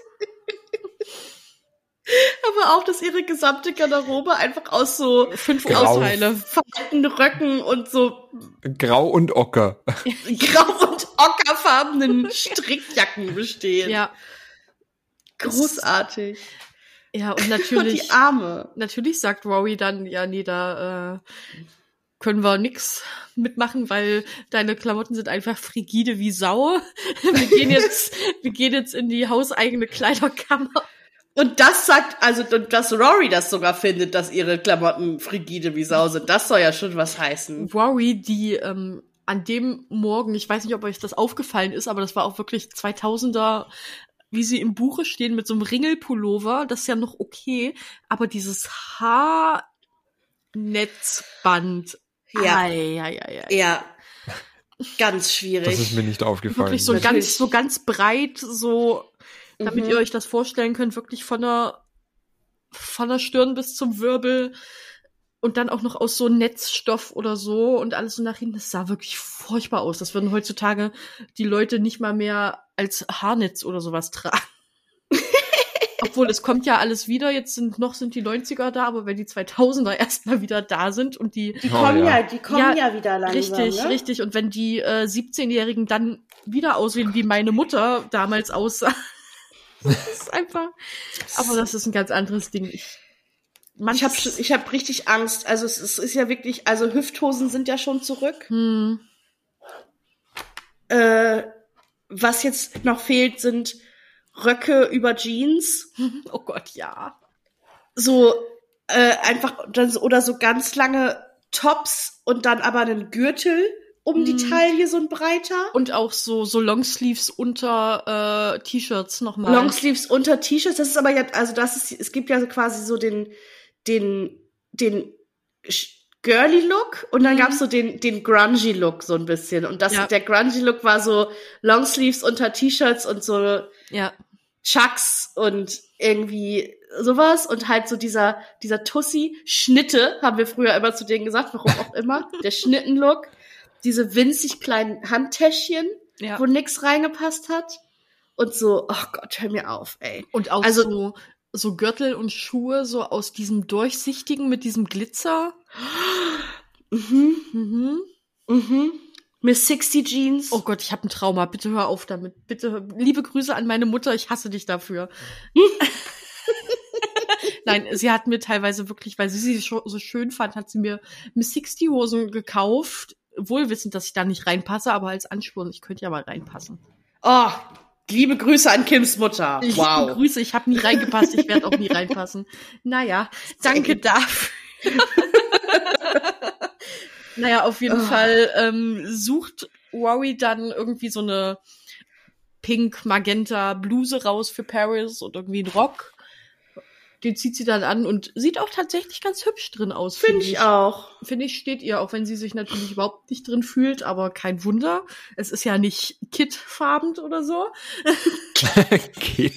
Aber auch, dass ihre gesamte Garderobe einfach aus so Fünf Grau. Urteile. veralteten Röcken und so Grau und Ocker. grau- und ockerfarbenen Strickjacken besteht. Ja, Großartig. ja, und Und natürlich. die Arme. Natürlich sagt Rory dann, ja, nee, da äh, können wir nix mitmachen, weil deine Klamotten sind einfach frigide wie Sau. Wir gehen jetzt, wir gehen jetzt in die hauseigene Kleiderkammer. Und das sagt, also, dass Rory das sogar findet, dass ihre Klamotten frigide wie Sau sind. Das soll ja schon was heißen. Rory, die ähm, an dem Morgen, ich weiß nicht, ob euch das aufgefallen ist, aber das war auch wirklich zweitausender, wie sie im Buche stehen, mit so einem Ringelpullover, das ist ja noch okay, aber dieses Haarnetzband, Ja. ai, ai, ai, ai. Ja. Ganz schwierig. Das ist mir nicht aufgefallen. Wirklich so Natürlich. ganz, so ganz breit, so, damit Mhm. ihr euch das vorstellen könnt, wirklich von der, von der Stirn bis zum Wirbel und dann auch noch aus so Netzstoff oder so und alles so nach hinten. Das sah wirklich furchtbar aus. Das würden heutzutage die Leute nicht mal mehr als Haarnetz oder sowas tragen. Obwohl, es kommt ja alles wieder. Jetzt sind noch sind die neunziger da, aber wenn die zweitausender erstmal wieder da sind und die Die Oh, kommen ja. ja, die kommen ja, wieder langsam. Richtig, ne? richtig. Und wenn die äh, siebzehnjährigen dann wieder aussehen, wie meine Mutter damals aussah. Das ist einfach. Aber das ist ein ganz anderes Ding. Ich, Ich habe ich hab richtig Angst. Also es ist, ist ja wirklich, also Hüfthosen sind ja schon zurück. Hm, Äh, was jetzt noch fehlt, sind Röcke über Jeans. oh Gott, ja. So äh, einfach dann so, oder so ganz lange Tops und dann aber einen Gürtel um die Mhm. Taille, so ein breiter. Und auch so, so Longsleeves unter äh, T-Shirts nochmal. Longsleeves unter T-Shirts. Das ist aber ja, also das ist, es gibt ja so quasi so den, den, den Sch- girly Look und dann Mhm. gab's so den, den grungy Look so ein bisschen. Und das, Ja. der grungy Look war so Longsleeves unter T-Shirts und so Ja. Chucks und irgendwie sowas und halt so dieser, dieser Tussi. Schnitte, haben wir früher immer zu denen gesagt, warum auch immer. Der Schnitten-Look. Diese winzig kleinen Handtäschchen, Ja. wo nix reingepasst hat. Und so, oh Gott, hör mir auf, ey. Und auch Also- so, so Gürtel und Schuhe, so aus diesem durchsichtigen mit diesem Glitzer. Mhm, Mhm. mhm. Miss sixty Jeans. Oh Gott, ich habe ein Trauma. Bitte hör auf damit. Bitte, hör- liebe Grüße an meine Mutter. Ich hasse dich dafür. Nein, sie hat mir teilweise wirklich, weil sie sie scho- so schön fand, hat sie mir Miss sixty Hosen gekauft. Wohlwissend, dass ich da nicht reinpasse, aber als Ansporn, ich könnte ja mal reinpassen. Oh, liebe Grüße an Kims Mutter. Ich Wow. Grüße, ich habe nie reingepasst, ich werde auch nie reinpassen. Naja, danke dafür. Naja, auf jeden Oh. Fall ähm, sucht Rory dann irgendwie so eine pink-magenta Bluse raus für Paris und irgendwie einen Rock. Den zieht sie dann an und sieht auch tatsächlich ganz hübsch drin aus. Finde ich auch. Finde ich, steht ihr, auch wenn sie sich natürlich überhaupt nicht drin fühlt, aber kein Wunder. Es ist ja nicht kitfarbend oder so. Geht.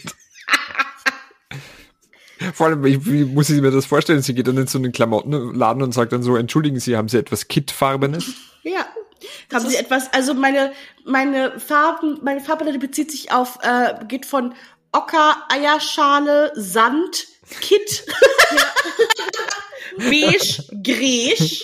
Vor allem, wie, wie muss ich mir das vorstellen? Sie geht dann in so einen Klamottenladen und sagt dann so, entschuldigen Sie, haben Sie etwas Kittfarbenes? Ja. Haben Sie etwas, also meine, meine Farben, meine Farbpalette bezieht sich auf, äh, geht von Ocker, Eierschale, Sand, Kit, beige, gräsch,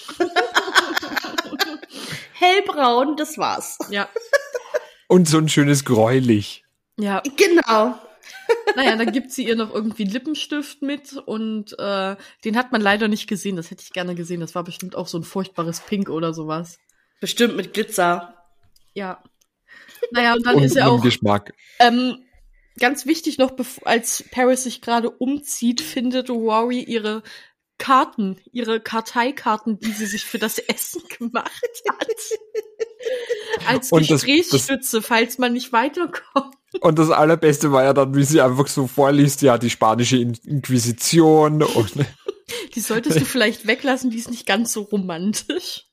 hellbraun, das war's. Ja. Und so ein schönes Gräulich. Ja. Genau. Naja, dann gibt sie ihr noch irgendwie einen Lippenstift mit und äh, den hat man leider nicht gesehen. Das hätte ich gerne gesehen. Das war bestimmt auch so ein furchtbares Pink oder sowas. Bestimmt mit Glitzer. Ja. Naja, und dann Und ist er einem auch Geschmack. ähm, ganz wichtig noch, bev- als Paris sich gerade umzieht, findet Rory ihre Karten, ihre Karteikarten, die sie sich für das Essen gemacht hat. Als Und das- Gesprächsstütze, falls man nicht weiterkommt. Und das Allerbeste war ja dann, wie sie einfach so vorliest, ja, die spanische In- Inquisition und Die solltest du vielleicht weglassen, die ist nicht ganz so romantisch.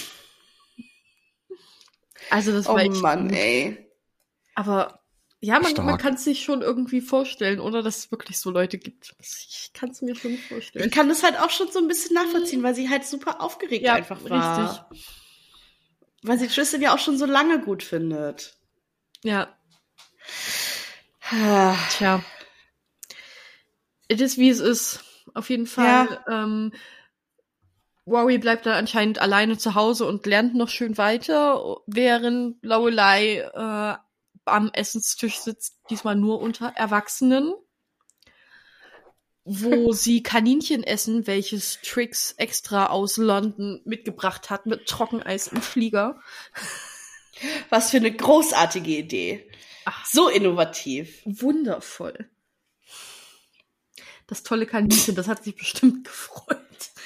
Also das Oh war echt Mann, gut. ey. Aber ja, man, Stark. man kann es sich schon irgendwie vorstellen, oder dass es wirklich so Leute gibt. Ich kann es mir schon vorstellen. Ich kann das halt auch schon so ein bisschen nachvollziehen, weil sie halt super aufgeregt Ja, einfach war. richtig. Weil sie Tristan ja auch schon so lange gut findet. Ja, tja. Es ist, wie es ist. Auf jeden Fall. Ähm, Rory bleibt da anscheinend alleine zu Hause und lernt noch schön weiter, während Lorelei äh, am Essenstisch sitzt, diesmal nur unter Erwachsenen, wo sie Kaninchen essen, welches Trix extra aus London mitgebracht hat mit Trockeneis im Flieger. Was für eine großartige Idee. Ach. So innovativ. Wundervoll. Das tolle Kaninchen, das hat sich bestimmt gefreut.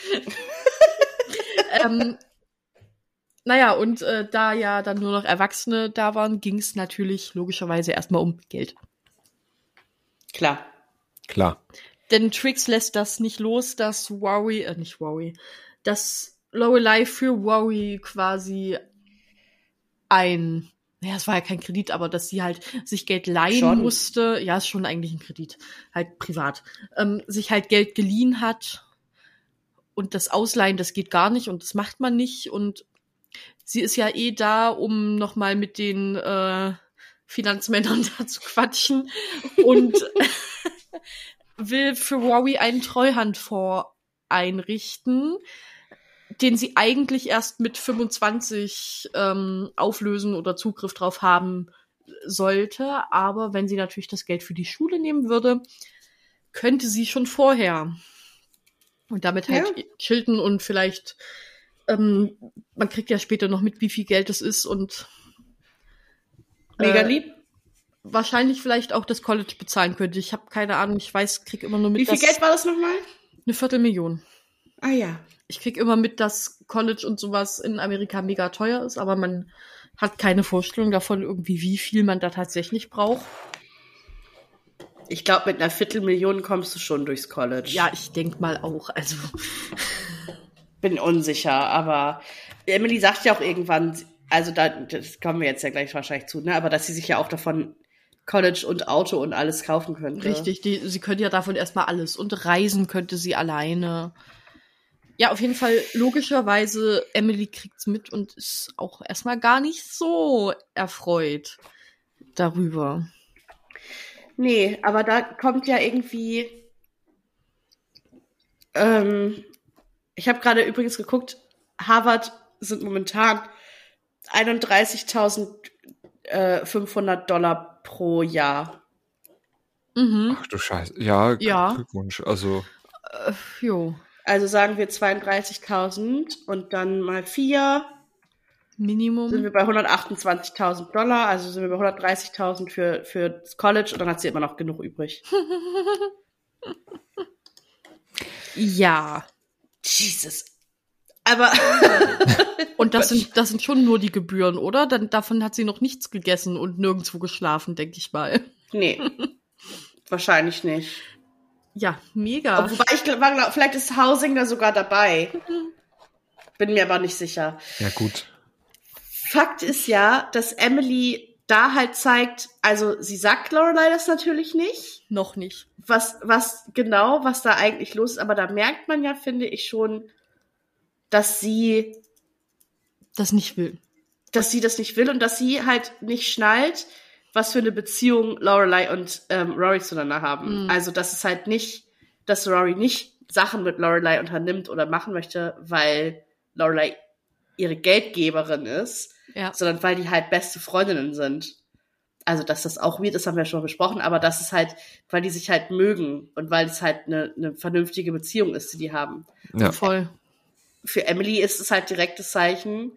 ähm, naja, und äh, da ja dann nur noch Erwachsene da waren, ging es natürlich logischerweise erstmal um Geld. Klar. klar. Denn Trix lässt das nicht los, dass Rory, äh, nicht Rory, dass Lorelei für Rory quasi ein, naja, es war ja kein Kredit, aber dass sie halt sich Geld leihen Schon. musste, ja, ist schon eigentlich ein Kredit, halt privat, ähm, sich halt Geld geliehen hat und das Ausleihen, das geht gar nicht und das macht man nicht und sie ist ja eh da, um nochmal mit den äh, Finanzmännern da zu quatschen und will für Rory einen Treuhandfonds einrichten, den sie eigentlich erst mit fünfundzwanzig ähm, auflösen oder Zugriff drauf haben sollte. Aber wenn sie natürlich das Geld für die Schule nehmen würde, könnte sie schon vorher. Und damit halt Ja. Chilton und vielleicht, ähm, man kriegt ja später noch mit, wie viel Geld es ist und Mega äh, lieb. wahrscheinlich vielleicht auch das College bezahlen könnte. Ich habe keine Ahnung, ich weiß, krieg immer nur mit, Wie viel dass Geld war das nochmal? eine Viertelmillion. Ah ja. Ich krieg immer mit, dass College und sowas in Amerika mega teuer ist, aber man hat keine Vorstellung davon, irgendwie, wie viel man da tatsächlich braucht. Ich glaube, mit einer Viertelmillion kommst du schon durchs College. Ja, ich denk mal auch. Also, Bin unsicher, aber Emily sagt ja auch irgendwann, also da, das kommen wir jetzt ja gleich wahrscheinlich zu, ne, aber dass sie sich ja auch davon College und Auto und alles kaufen könnte. richtig, die, sie könnte ja davon erstmal alles. Und reisen könnte sie alleine. Ja, auf jeden Fall, logischerweise, Emily kriegt's mit und ist auch erstmal gar nicht so erfreut darüber. Nee, aber da kommt ja irgendwie, ähm, ich habe gerade übrigens geguckt, Harvard sind momentan einunddreißigtausendfünfhundert Dollar pro Jahr. Mhm. Ach du Scheiße. Ja, Ja. Glückwunsch. Also, Äh, jo. Also sagen wir zweiunddreißigtausend und dann mal vier, Minimum. sind wir bei hundertachtundzwanzigtausend Dollar, also sind wir bei hundertdreißigtausend für, für das College und dann hat sie immer noch genug übrig. Ja. Jesus. Aber Und das sind, das sind schon nur die Gebühren, oder? Dann, davon hat sie noch nichts gegessen und nirgendwo geschlafen, denke ich mal. nee, wahrscheinlich nicht. Ja, mega. Wobei ich glaube, glaub, vielleicht ist Housing da sogar dabei. Bin mir aber nicht sicher. ja gut. Fakt ist ja, dass Emily da halt zeigt, also sie sagt Lorelei das natürlich nicht, Noch nicht. was, was genau, was da eigentlich los ist, aber da merkt man ja, finde ich schon, dass sie, Das nicht will. dass sie das nicht will und dass sie halt nicht schnallt, was für eine Beziehung Lorelai und ähm, Rory zueinander haben. Mhm. Also, dass es halt nicht, dass Rory nicht Sachen mit Lorelai unternimmt oder machen möchte, weil Lorelai ihre Geldgeberin ist, Ja. sondern weil die halt beste Freundinnen sind. Also, dass das auch weird ist, haben wir schon besprochen, aber das ist halt, weil die sich halt mögen und weil es halt eine, eine vernünftige Beziehung ist, die die haben. Ja. Voll. Für Emily ist es halt direktes Zeichen.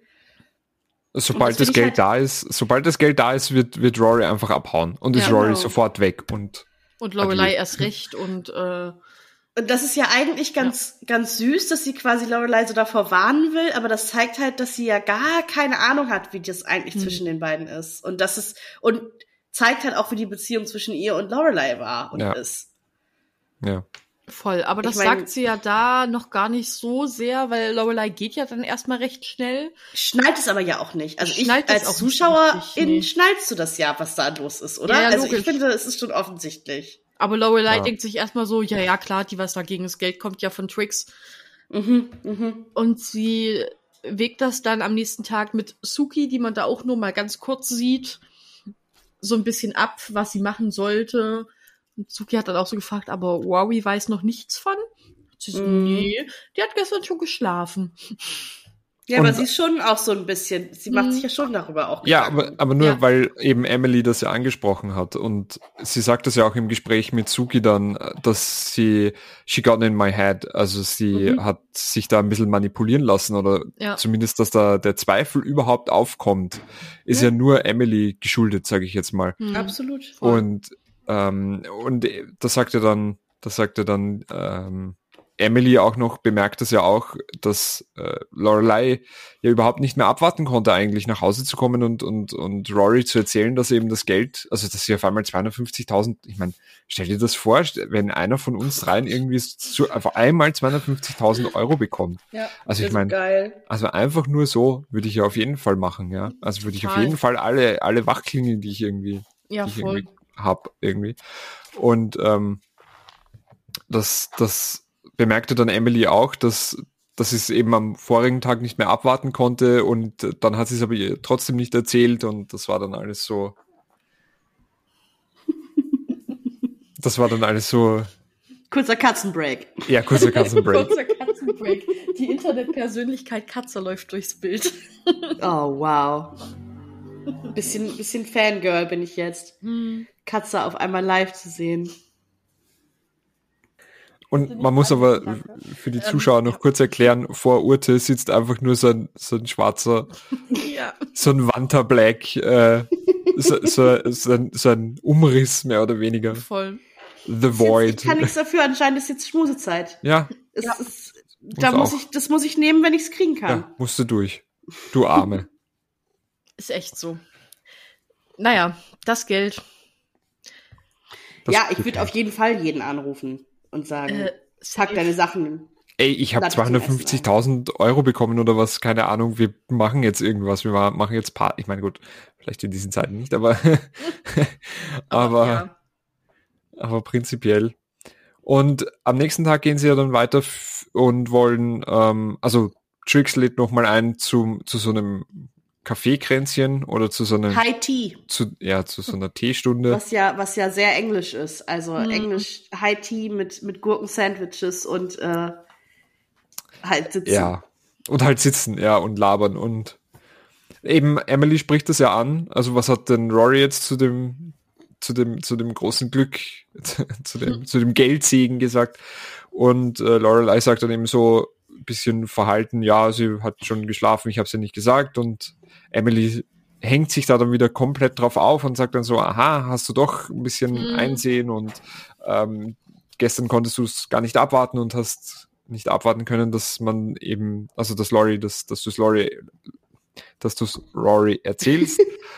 Sobald das das, find ich Geld halt- da ist, sobald das Geld da ist, wird, wird Rory einfach abhauen und ist Ja, Rory genau. sofort weg und Und Lorelai Adieu. erst recht und äh, Und das ist ja eigentlich ganz, ganz süß, dass sie quasi Lorelai so davor warnen will, aber das zeigt halt, dass sie ja gar keine Ahnung hat, wie das eigentlich Hm. zwischen den beiden ist. Und das ist, und zeigt halt auch, wie die Beziehung zwischen ihr und Lorelai war und Ja. ist. ja. voll. Aber das Ich mein- sagt sie ja da noch gar nicht so sehr, weil Lorelai geht ja dann erstmal recht schnell. Schnallt es aber ja auch nicht. Also ich Schnallt es als auch nicht Zuschauerin richtig, nee. schnallst du das ja, was da los ist, oder? Ja, ja, also logisch. ich finde, es ist schon offensichtlich. Aber Lorelei Ja. denkt sich erstmal so, ja, ja, klar, die was dagegen das Geld kommt ja von Trix. Mhm, mhm. Und sie wägt das dann am nächsten Tag mit Suki, die man da auch nur mal ganz kurz sieht, so ein bisschen ab, was sie machen sollte. Und Suki hat dann auch so gefragt, aber Rory weiß noch nichts von? Sie so, Mhm. nee, die hat gestern schon geschlafen. Ja, Und- aber sie ist schon auch so ein bisschen, sie macht Mhm. sich ja schon darüber auch Ja, Gedanken. aber, aber nur, Ja. weil eben Emily das ja angesprochen hat. Und sie sagt das ja auch im Gespräch mit Suki dann, dass sie, she got in my head. Also sie Mhm. hat sich da ein bisschen manipulieren lassen oder Ja. zumindest, dass da der Zweifel überhaupt aufkommt, ist ja, Ja. nur Emily geschuldet, sage ich jetzt mal. Hm. Absolut. Voll. Und, ähm, und das sagt ja dann, das sagt ja dann, ähm, Emily auch noch, bemerkt das ja auch, dass äh, Lorelai ja überhaupt nicht mehr abwarten konnte, eigentlich nach Hause zu kommen und, und, und Rory zu erzählen, dass eben das Geld, also dass sie auf einmal zweihundertfünfzigtausend, ich meine, stell dir das vor, wenn einer von uns dreien irgendwie so auf einmal zweihundertfünfzigtausend Euro bekommt. Ja, Also ich das ist mein- geil. Also einfach nur so würde ich ja auf jeden Fall machen, ja. Also würde ich auf Total. jeden Fall alle, alle wachklingeln, die ich irgendwie Ja, die ich voll. irgendwie hab irgendwie. Und ähm, das, das bemerkte dann Emily auch, dass, dass sie es eben am vorigen Tag nicht mehr abwarten konnte und dann hat sie es aber ihr trotzdem nicht erzählt und das war dann alles so. Das war dann alles so, Kurzer Katzenbreak. ja, kurzer Katzenbreak. Kurzer Katzenbreak. Die Internetpersönlichkeit Katze läuft durchs Bild. Oh, wow. Bisschen, bisschen Fangirl bin ich jetzt. Hm. Katze auf einmal live zu sehen. Und man muss aber für die Zuschauer noch kurz erklären, vor Urte sitzt einfach nur so ein, so ein schwarzer, Ja. so ein Wanta Black, äh, so, so, so, ein, so ein Umriss mehr oder weniger. Voll. The Ist Void. Jetzt, ich kann nichts dafür, anscheinend ist jetzt Schmusezeit. Ja, Es Ja. ist, da Muss muss auch. ich, das muss ich nehmen, wenn ich es kriegen kann. ja, musst du durch. Du Arme. Ist echt so. Naja, das Geld. Das ja, ich würde auf jeden Fall jeden anrufen und sagen, Äh, pack deine Sachen. Ey, ich habe Lade ich zum zweihundertfünfzigtausend Euro bekommen oder was, keine Ahnung, wir machen jetzt irgendwas, wir ma- machen jetzt Part, ich meine gut, vielleicht in diesen Zeiten nicht, aber aber, ja. aber prinzipiell. Und am nächsten Tag gehen sie ja dann weiter f- und wollen, ähm, also Trix lädt nochmal ein zu, zu so einem Kaffeekränzchen oder zu so einem, High Tea, zu, ja, zu so einer Teestunde. was ja, was ja sehr englisch ist. Also Mhm. Englisch High Tea mit, mit Gurken-Sandwiches und äh, halt sitzen. Ja, und halt sitzen, ja, und labern und eben Emily spricht das ja an. Also was hat denn Rory jetzt zu dem zu dem zu dem großen Glück, zu dem zu dem Geldsegen gesagt? Und äh, Lorelai sagt dann eben so ein bisschen verhalten, ja, sie hat schon geschlafen, ich habe es ja nicht gesagt und Emily hängt sich da dann wieder komplett drauf auf und sagt dann so, aha, hast du doch ein bisschen Mhm. Einsehen und ähm, gestern konntest du es gar nicht abwarten und hast nicht abwarten können, dass man eben, also dass Lori, dass, dass du es Lori, dass du es Rory erzählst.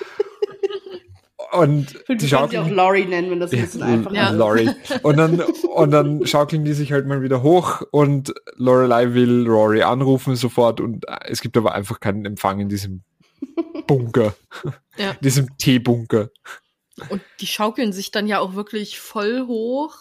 Und Ich die finde, wir können sie auch schaukeln, Laurie nennen, wenn das ein bisschen einfacher Ja. ist. Lori. Und dann, und dann schaukeln die sich halt mal wieder hoch und Lorelei will Rory anrufen sofort und es gibt aber einfach keinen Empfang in diesem Bunker, Ja. in diesem Teebunker. Und die schaukeln sich dann ja auch wirklich voll hoch,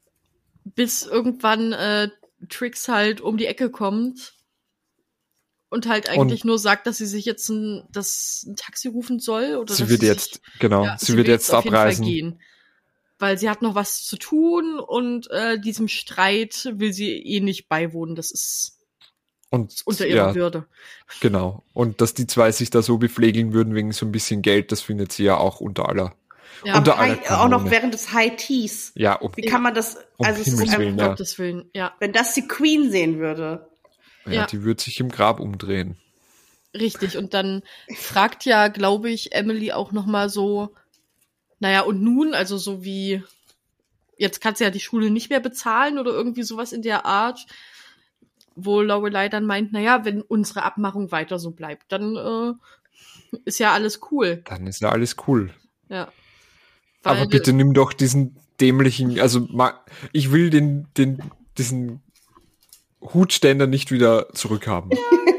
bis irgendwann äh, Trix halt um die Ecke kommt Und halt eigentlich und nur sagt, dass sie sich jetzt ein, das ein Taxi rufen soll. Oder sie dass wird sie jetzt, sich, genau, ja, sie, sie wird will jetzt auf jeden abreisen. Fall gehen. Weil sie hat noch was zu tun und äh, diesem Streit will sie eh nicht beiwohnen. Das ist und, unter ihrer ja, Würde. Genau. Und dass die zwei sich da so bepflegeln würden wegen so ein bisschen Geld, das findet sie ja auch unter aller. Ja, unter High, aller auch noch während des High Teas. Ja, um, Wie kann man das, um also es ist Himmels einfach, Willen, Um ja. Gottes Willen, ja. wenn das die Queen sehen würde. Ja, Ja. die wird sich im Grab umdrehen. Richtig. Und dann fragt ja, glaube ich, Emily auch noch mal so, naja, und nun, also so wie, jetzt kannst du ja die Schule nicht mehr bezahlen oder irgendwie sowas in der Art, wo Lorelei dann meint, naja, wenn unsere Abmachung weiter so bleibt, dann äh, ist ja alles cool. Dann ist ja alles cool. Ja. Aber Weil- bitte nimm doch diesen dämlichen, also ma, ich will den, den, diesen Hutständer nicht wieder zurückhaben.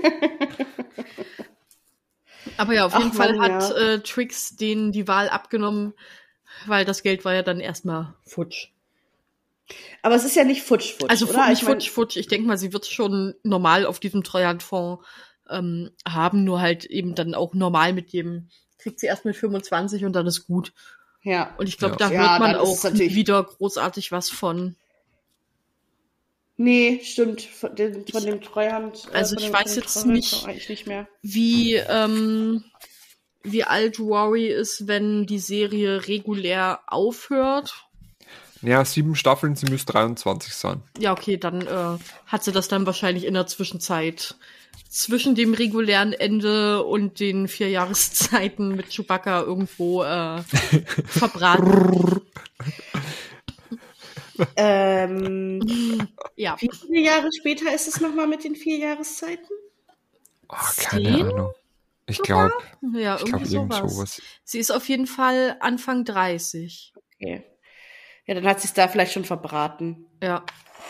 Aber ja, auf Ach, jeden Fall Mann, hat ja. äh, Trix denen die Wahl abgenommen, weil das Geld war ja dann erstmal futsch. Aber es ist ja nicht futsch, futsch, Also oder? nicht Ich mein- futsch, futsch. Ich denke mal, sie wird schon normal auf diesem Treuhandfonds ähm, haben, nur halt eben dann auch normal mit dem, kriegt sie erst mit fünfundzwanzig und dann ist gut. Ja. Und ich glaube, Ja. da Ja, hört man dann ist es auch natürlich- wieder großartig was von. Nee, stimmt. Von, den, von dem Treuhand. äh, Also von ich dem, weiß von dem jetzt Treuhand nicht- eigentlich nicht mehr. Wie, ähm, wie alt Rory ist, wenn die Serie regulär aufhört. Ja, sieben Staffeln, sie müsste dreiundzwanzig sein. Ja, okay, dann äh, hat sie das dann wahrscheinlich in der Zwischenzeit zwischen dem regulären Ende und den vier Jahreszeiten mit Chewbacca irgendwo äh, verbraten. Ähm, Ja. wie viele Jahre später ist es nochmal mit den vier Jahreszeiten? Oh, keine Zehn? Ahnung. Ich glaube, Ja, ich irgendwie glaube irgend sowas. sowas. Sie ist auf jeden Fall Anfang dreißig. Okay. Ja, dann hat sie es da vielleicht schon verbraten. Ja.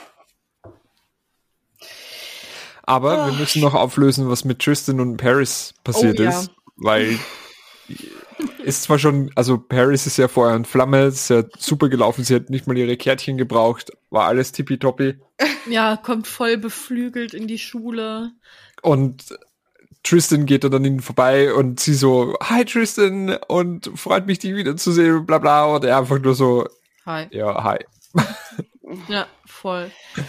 Aber wir Ach. müssen noch auflösen, was mit Tristan und Paris passiert Oh, ja. ist, weil ist zwar schon, also Paris ist ja Feuer und Flamme, ist ja super gelaufen, sie hat nicht mal ihre Kärtchen gebraucht, war alles tippitoppi. Ja, kommt voll beflügelt in die Schule. Und Tristan geht da dann ihnen vorbei und sie so, hi Tristan, und freut mich, dich wiederzusehen, bla bla, und er einfach nur so, Hi. ja, hi. Ja, voll.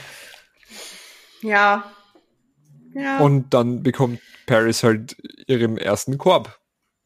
Ja. Ja. Und dann bekommt Paris halt ihren ersten Korb.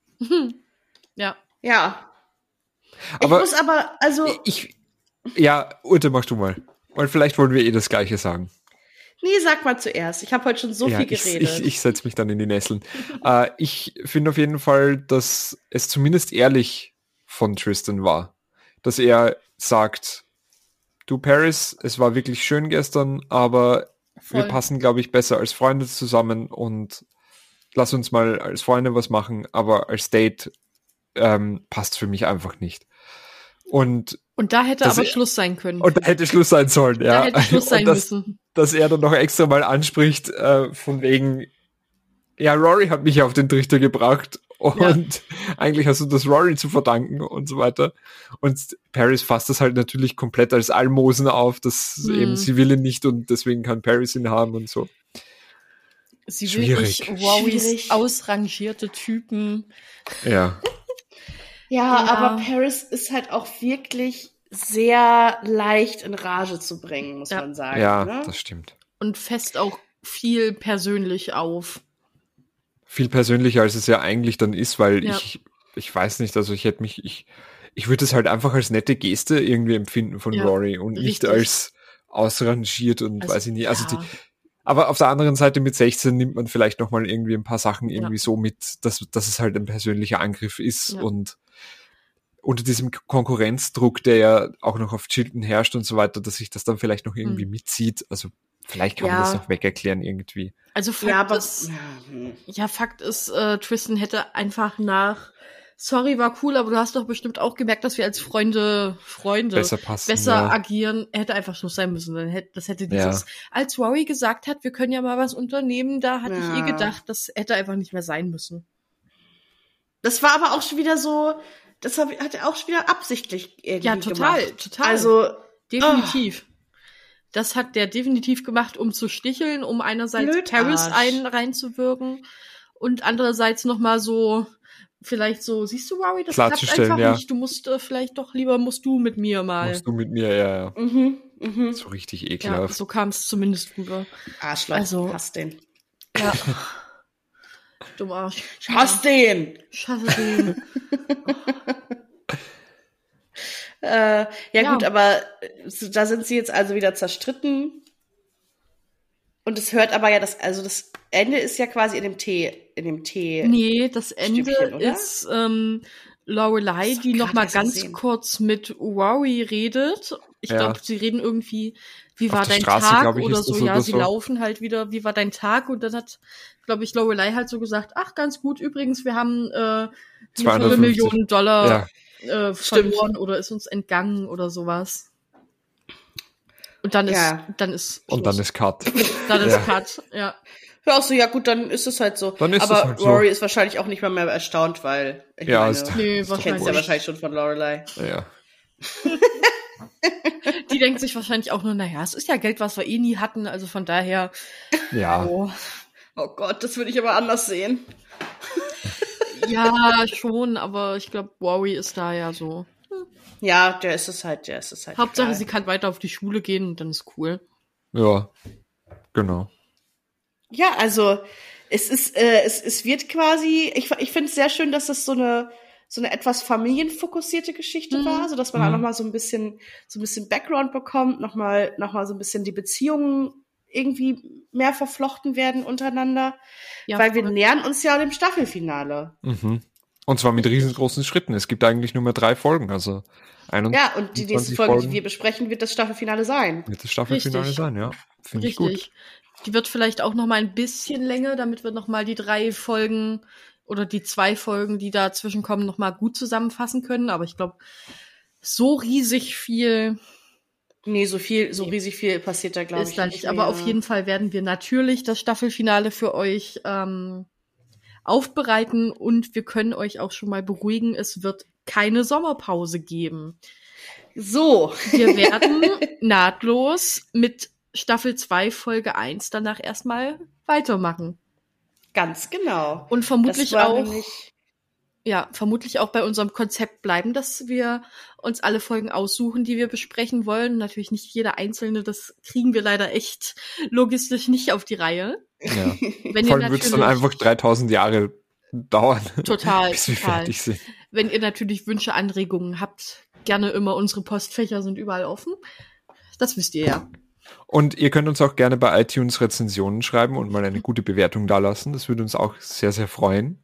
Ja. ja. Aber ich muss aber, also, ich, ja, Ute, mach du mal. Weil vielleicht wollen wir eh das Gleiche sagen. nee, sag mal zuerst. Ich habe heute schon so ja, viel ich, geredet. ich, ich setze mich dann in die Nesseln. äh, ich finde auf jeden Fall, dass es zumindest ehrlich von Tristan war. Dass er sagt, du Paris, es war wirklich schön gestern, aber Voll. wir passen, glaube ich, besser als Freunde zusammen und lass uns mal als Freunde was machen, aber als Date ähm, passt für mich einfach nicht. Und, Und da hätte Das- aber Schluss sein können. und da hätte Schluss sein sollen, ja. da hätte Schluss sein und das, müssen. dass er dann noch extra mal anspricht, äh, von wegen, ja, Rory hat mich ja auf den Trichter gebracht und eigentlich hast du das Rory zu verdanken und so weiter. Und Paris fasst das halt natürlich komplett als Almosen auf, dass Hm. eben sie will ihn nicht und deswegen kann Paris ihn haben und so. Sie will Schwierig. nicht Rorys Schwierig. ausrangierte Typen. Ja. ja, Ja. aber Paris ist halt auch wirklich sehr leicht in Rage zu bringen, muss Ja. man sagen. Ja, ne? das stimmt. Und fest auch viel persönlich auf. Viel persönlicher, als es ja eigentlich dann ist, weil Ja. ich, ich weiß nicht, also ich hätte mich, ich, ich würde es halt einfach als nette Geste irgendwie empfinden von Ja, Rory und nicht richtig. als ausrangiert und Also, weiß ich nicht. Also ja. die, aber auf der anderen Seite mit sechzehn nimmt man vielleicht nochmal irgendwie ein paar Sachen irgendwie Ja. so mit, dass, dass es halt ein persönlicher Angriff ist Ja. und unter diesem Konkurrenzdruck, der ja auch noch auf Chilton herrscht und so weiter, dass sich das dann vielleicht noch irgendwie Hm. mitzieht. Also vielleicht kann man Ja. das noch wegerklären irgendwie. Also Fakt Ja, aber ist, ja, hm. ja, Fakt ist, äh, Tristan hätte einfach nach Sorry, war cool, aber du hast doch bestimmt auch gemerkt, dass wir als Freunde, Freunde Besser passen. besser ja. agieren. Er hätte einfach Schluss sein müssen. Dann hätte, das hätte dieses, Ja. als Rory gesagt hat, wir können ja mal was unternehmen, da hatte Ja. ich eh gedacht, das hätte einfach nicht mehr sein müssen. Das war aber auch schon wieder so, das hab, hat er auch schon wieder absichtlich irgendwie Ja, total, gemacht. total. Also, Definitiv. Das hat der definitiv gemacht, um zu sticheln, um einerseits Blödarsch. Paris ein reinzuwirken und andererseits nochmal so, vielleicht so, siehst du, Rory, das klappt Klarzustellen, einfach ja. nicht. Du musst äh, vielleicht doch lieber, musst du mit mir mal. Musst du mit mir, ja, ja. Mhm, mhm. So richtig Ja, ekelhaft. so kam es zumindest rüber. Arschloch, Also- hasse den. Ja. Dumm Arsch. Ich hasse den! Ich hasse den. Äh, ja, Ja. gut, aber äh, da sind sie jetzt also wieder zerstritten. Und es hört aber ja das, also das Ende ist ja quasi in dem Tee, in dem Tee. Nee, das Ende Stückchen, oder? ist ähm, Lorelei, Das die hab noch grad mal erst ganz gesehen. kurz mit Rory redet. Ich Ja. glaube, sie reden irgendwie, wie Auf war der dein Straße, Tag glaub ich, oder ist das so. Ja, oder sie so. laufen halt wieder, wie war dein Tag? Und dann hat, glaube ich, Lorelei halt so gesagt, ach, ganz gut, übrigens, wir haben äh, wie viele zweihundertfünfzig. Millionen Dollar Ja, äh, verloren oder ist uns entgangen oder sowas. Und dann ist, Ja. dann ist und dann Schluss. ist Cut. dann ist Ja. Cut, ja. Ja, auch so, ja gut, dann ist es halt so. Dann ist aber es halt so. Rory ist wahrscheinlich auch nicht mal mehr erstaunt, weil ich Ja, meine, ist- Nee, ist doch du kennst ja wahrscheinlich. wahrscheinlich schon von Lorelei. Ja. Die denkt sich wahrscheinlich auch nur, naja, es ist ja Geld, was wir eh nie hatten, also von daher, Ja. oh, Oh Gott, das würde ich aber anders sehen. ja, schon, aber ich glaube, Rory ist da ja so. Ja, der ist es halt, der ist es halt. Hauptsache, egal. sie kann weiter auf die Schule gehen und dann ist cool. Ja. Genau. Ja, also es ist, äh, es, es wird quasi, ich, ich finde es sehr schön, dass das so eine so eine etwas familienfokussierte Geschichte Mhm. war, so dass man Mhm. auch noch mal so ein bisschen so ein bisschen Background bekommt, noch mal noch mal so ein bisschen die Beziehungen irgendwie mehr verflochten werden untereinander, Ja, weil wir voll. nähern uns ja dem Staffelfinale. Mhm. Und zwar mit riesengroßen Schritten. Es gibt eigentlich nur mehr drei Folgen, also einundzwanzig Ja, und die nächste Folge, Folgen die wir besprechen, wird das Staffelfinale sein. wird das Staffelfinale Richtig. sein, ja. Finde ich gut. Richtig. Die wird vielleicht auch noch mal ein bisschen länger, damit wir noch mal die drei Folgen oder die zwei Folgen, die dazwischen kommen, noch mal gut zusammenfassen können. Aber ich glaube, so riesig viel Nee, so viel, so Nee. riesig viel passiert da, glaube ich, ist da nicht. Aber auf jeden Fall werden wir natürlich das Staffelfinale für euch ähm, aufbereiten und wir können euch auch schon mal beruhigen, es wird keine Sommerpause geben. So, Wir werden nahtlos mit Staffel zwei, Folge eins danach erstmal weitermachen. ganz genau. Und vermutlich war auch, nämlich- ja, vermutlich auch bei unserem Konzept bleiben, dass wir uns alle Folgen aussuchen, die wir besprechen wollen. Natürlich nicht jede einzelne, das kriegen wir leider echt logistisch nicht auf die Reihe. Ja. Wenn ihr Vor allem wird es dann natürlich- einfach dreitausend Jahre dauern, Total, bis wir total. fertig sind. Wenn ihr natürlich Wünsche, Anregungen habt, gerne immer, unsere Postfächer sind überall offen. Das wisst ihr ja. Und ihr könnt uns auch gerne bei iTunes Rezensionen schreiben und mal eine gute Bewertung dalassen. Das würde uns auch sehr, sehr freuen.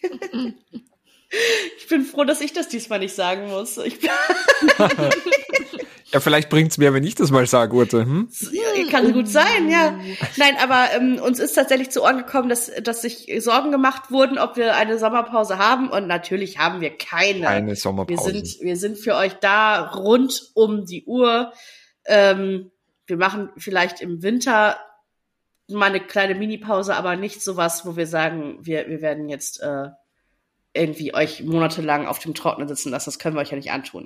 Ich bin froh, dass ich das diesmal nicht sagen muss. Ich bin, Ja, vielleicht bringt's mehr, wenn ich das mal sage, Urte. Hm? kann gut sein, ja. Nein, aber ähm, uns ist tatsächlich zu Ohren gekommen, dass, dass sich Sorgen gemacht wurden, ob wir eine Sommerpause haben. Und natürlich haben wir keine. Keine Wir Sommerpause. sind, wir sind für euch da rund um die Uhr. Ähm, wir machen vielleicht im Winter mal eine kleine Minipause, aber nicht sowas, wo wir sagen, wir, wir werden jetzt äh, irgendwie euch monatelang auf dem Trocknen sitzen lassen. Das können wir euch ja nicht antun.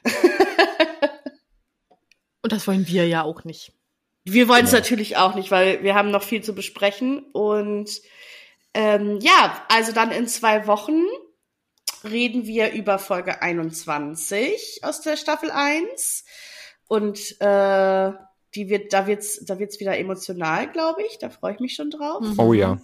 Und das wollen wir ja auch nicht. Wir wollen es Genau. natürlich auch nicht, weil wir haben noch viel zu besprechen. Und ähm, ja, also dann in zwei Wochen reden wir über Folge einundzwanzig aus der Staffel eins. Und äh, die wird, da wird's, da wird's wieder emotional, glaube ich. Da freue ich mich schon drauf. Mhm. Oh ja.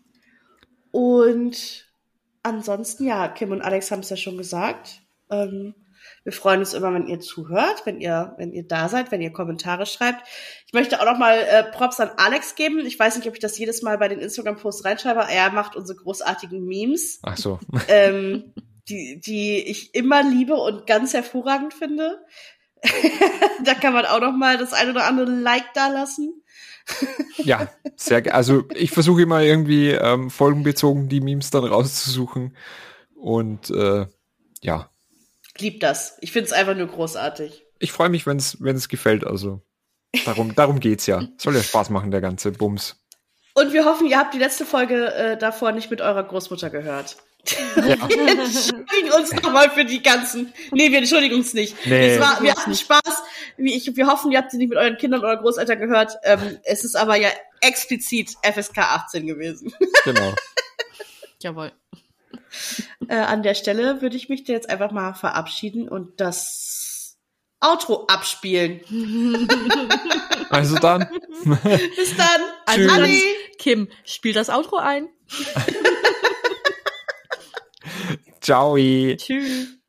Und ansonsten, ja, Kim und Alex haben es ja schon gesagt. Ähm, wir freuen uns immer, wenn ihr zuhört, wenn ihr, wenn ihr da seid, wenn ihr Kommentare schreibt. Ich möchte auch noch mal äh, Props an Alex geben. Ich weiß nicht, ob ich das jedes Mal bei den Instagram-Posts reinschreibe. Er macht unsere großartigen Memes, Ach so. ähm, die, die ich immer liebe und ganz hervorragend finde. Da kann man auch noch mal das ein oder andere Like da lassen. Ja, sehr ge- Also ich versuche immer irgendwie ähm, folgenbezogen die Memes dann rauszusuchen. Und äh, ja, Lieb das. Ich finde es einfach nur großartig. ich freue mich, wenn es wenn es gefällt. Also darum, darum geht's ja. Soll ja Spaß machen, der ganze Bums. Und wir hoffen, ihr habt die letzte Folge äh, davor nicht mit eurer Großmutter gehört. Ja. Wir entschuldigen uns nochmal für die ganzen. Nee, wir entschuldigen uns nicht. Nee. Es war, wir hatten Spaß. wie ich, wir hoffen, ihr habt sie nicht mit euren Kindern oder Großeltern gehört. Ähm, es ist aber ja explizit F S K achtzehn gewesen. Genau. Jawohl. Äh, an der Stelle würde ich mich jetzt einfach mal verabschieden und das Outro abspielen. Also dann. Bis dann. Also dann, Adi. Kim, spiel das Outro ein. Ciao. Tschüss.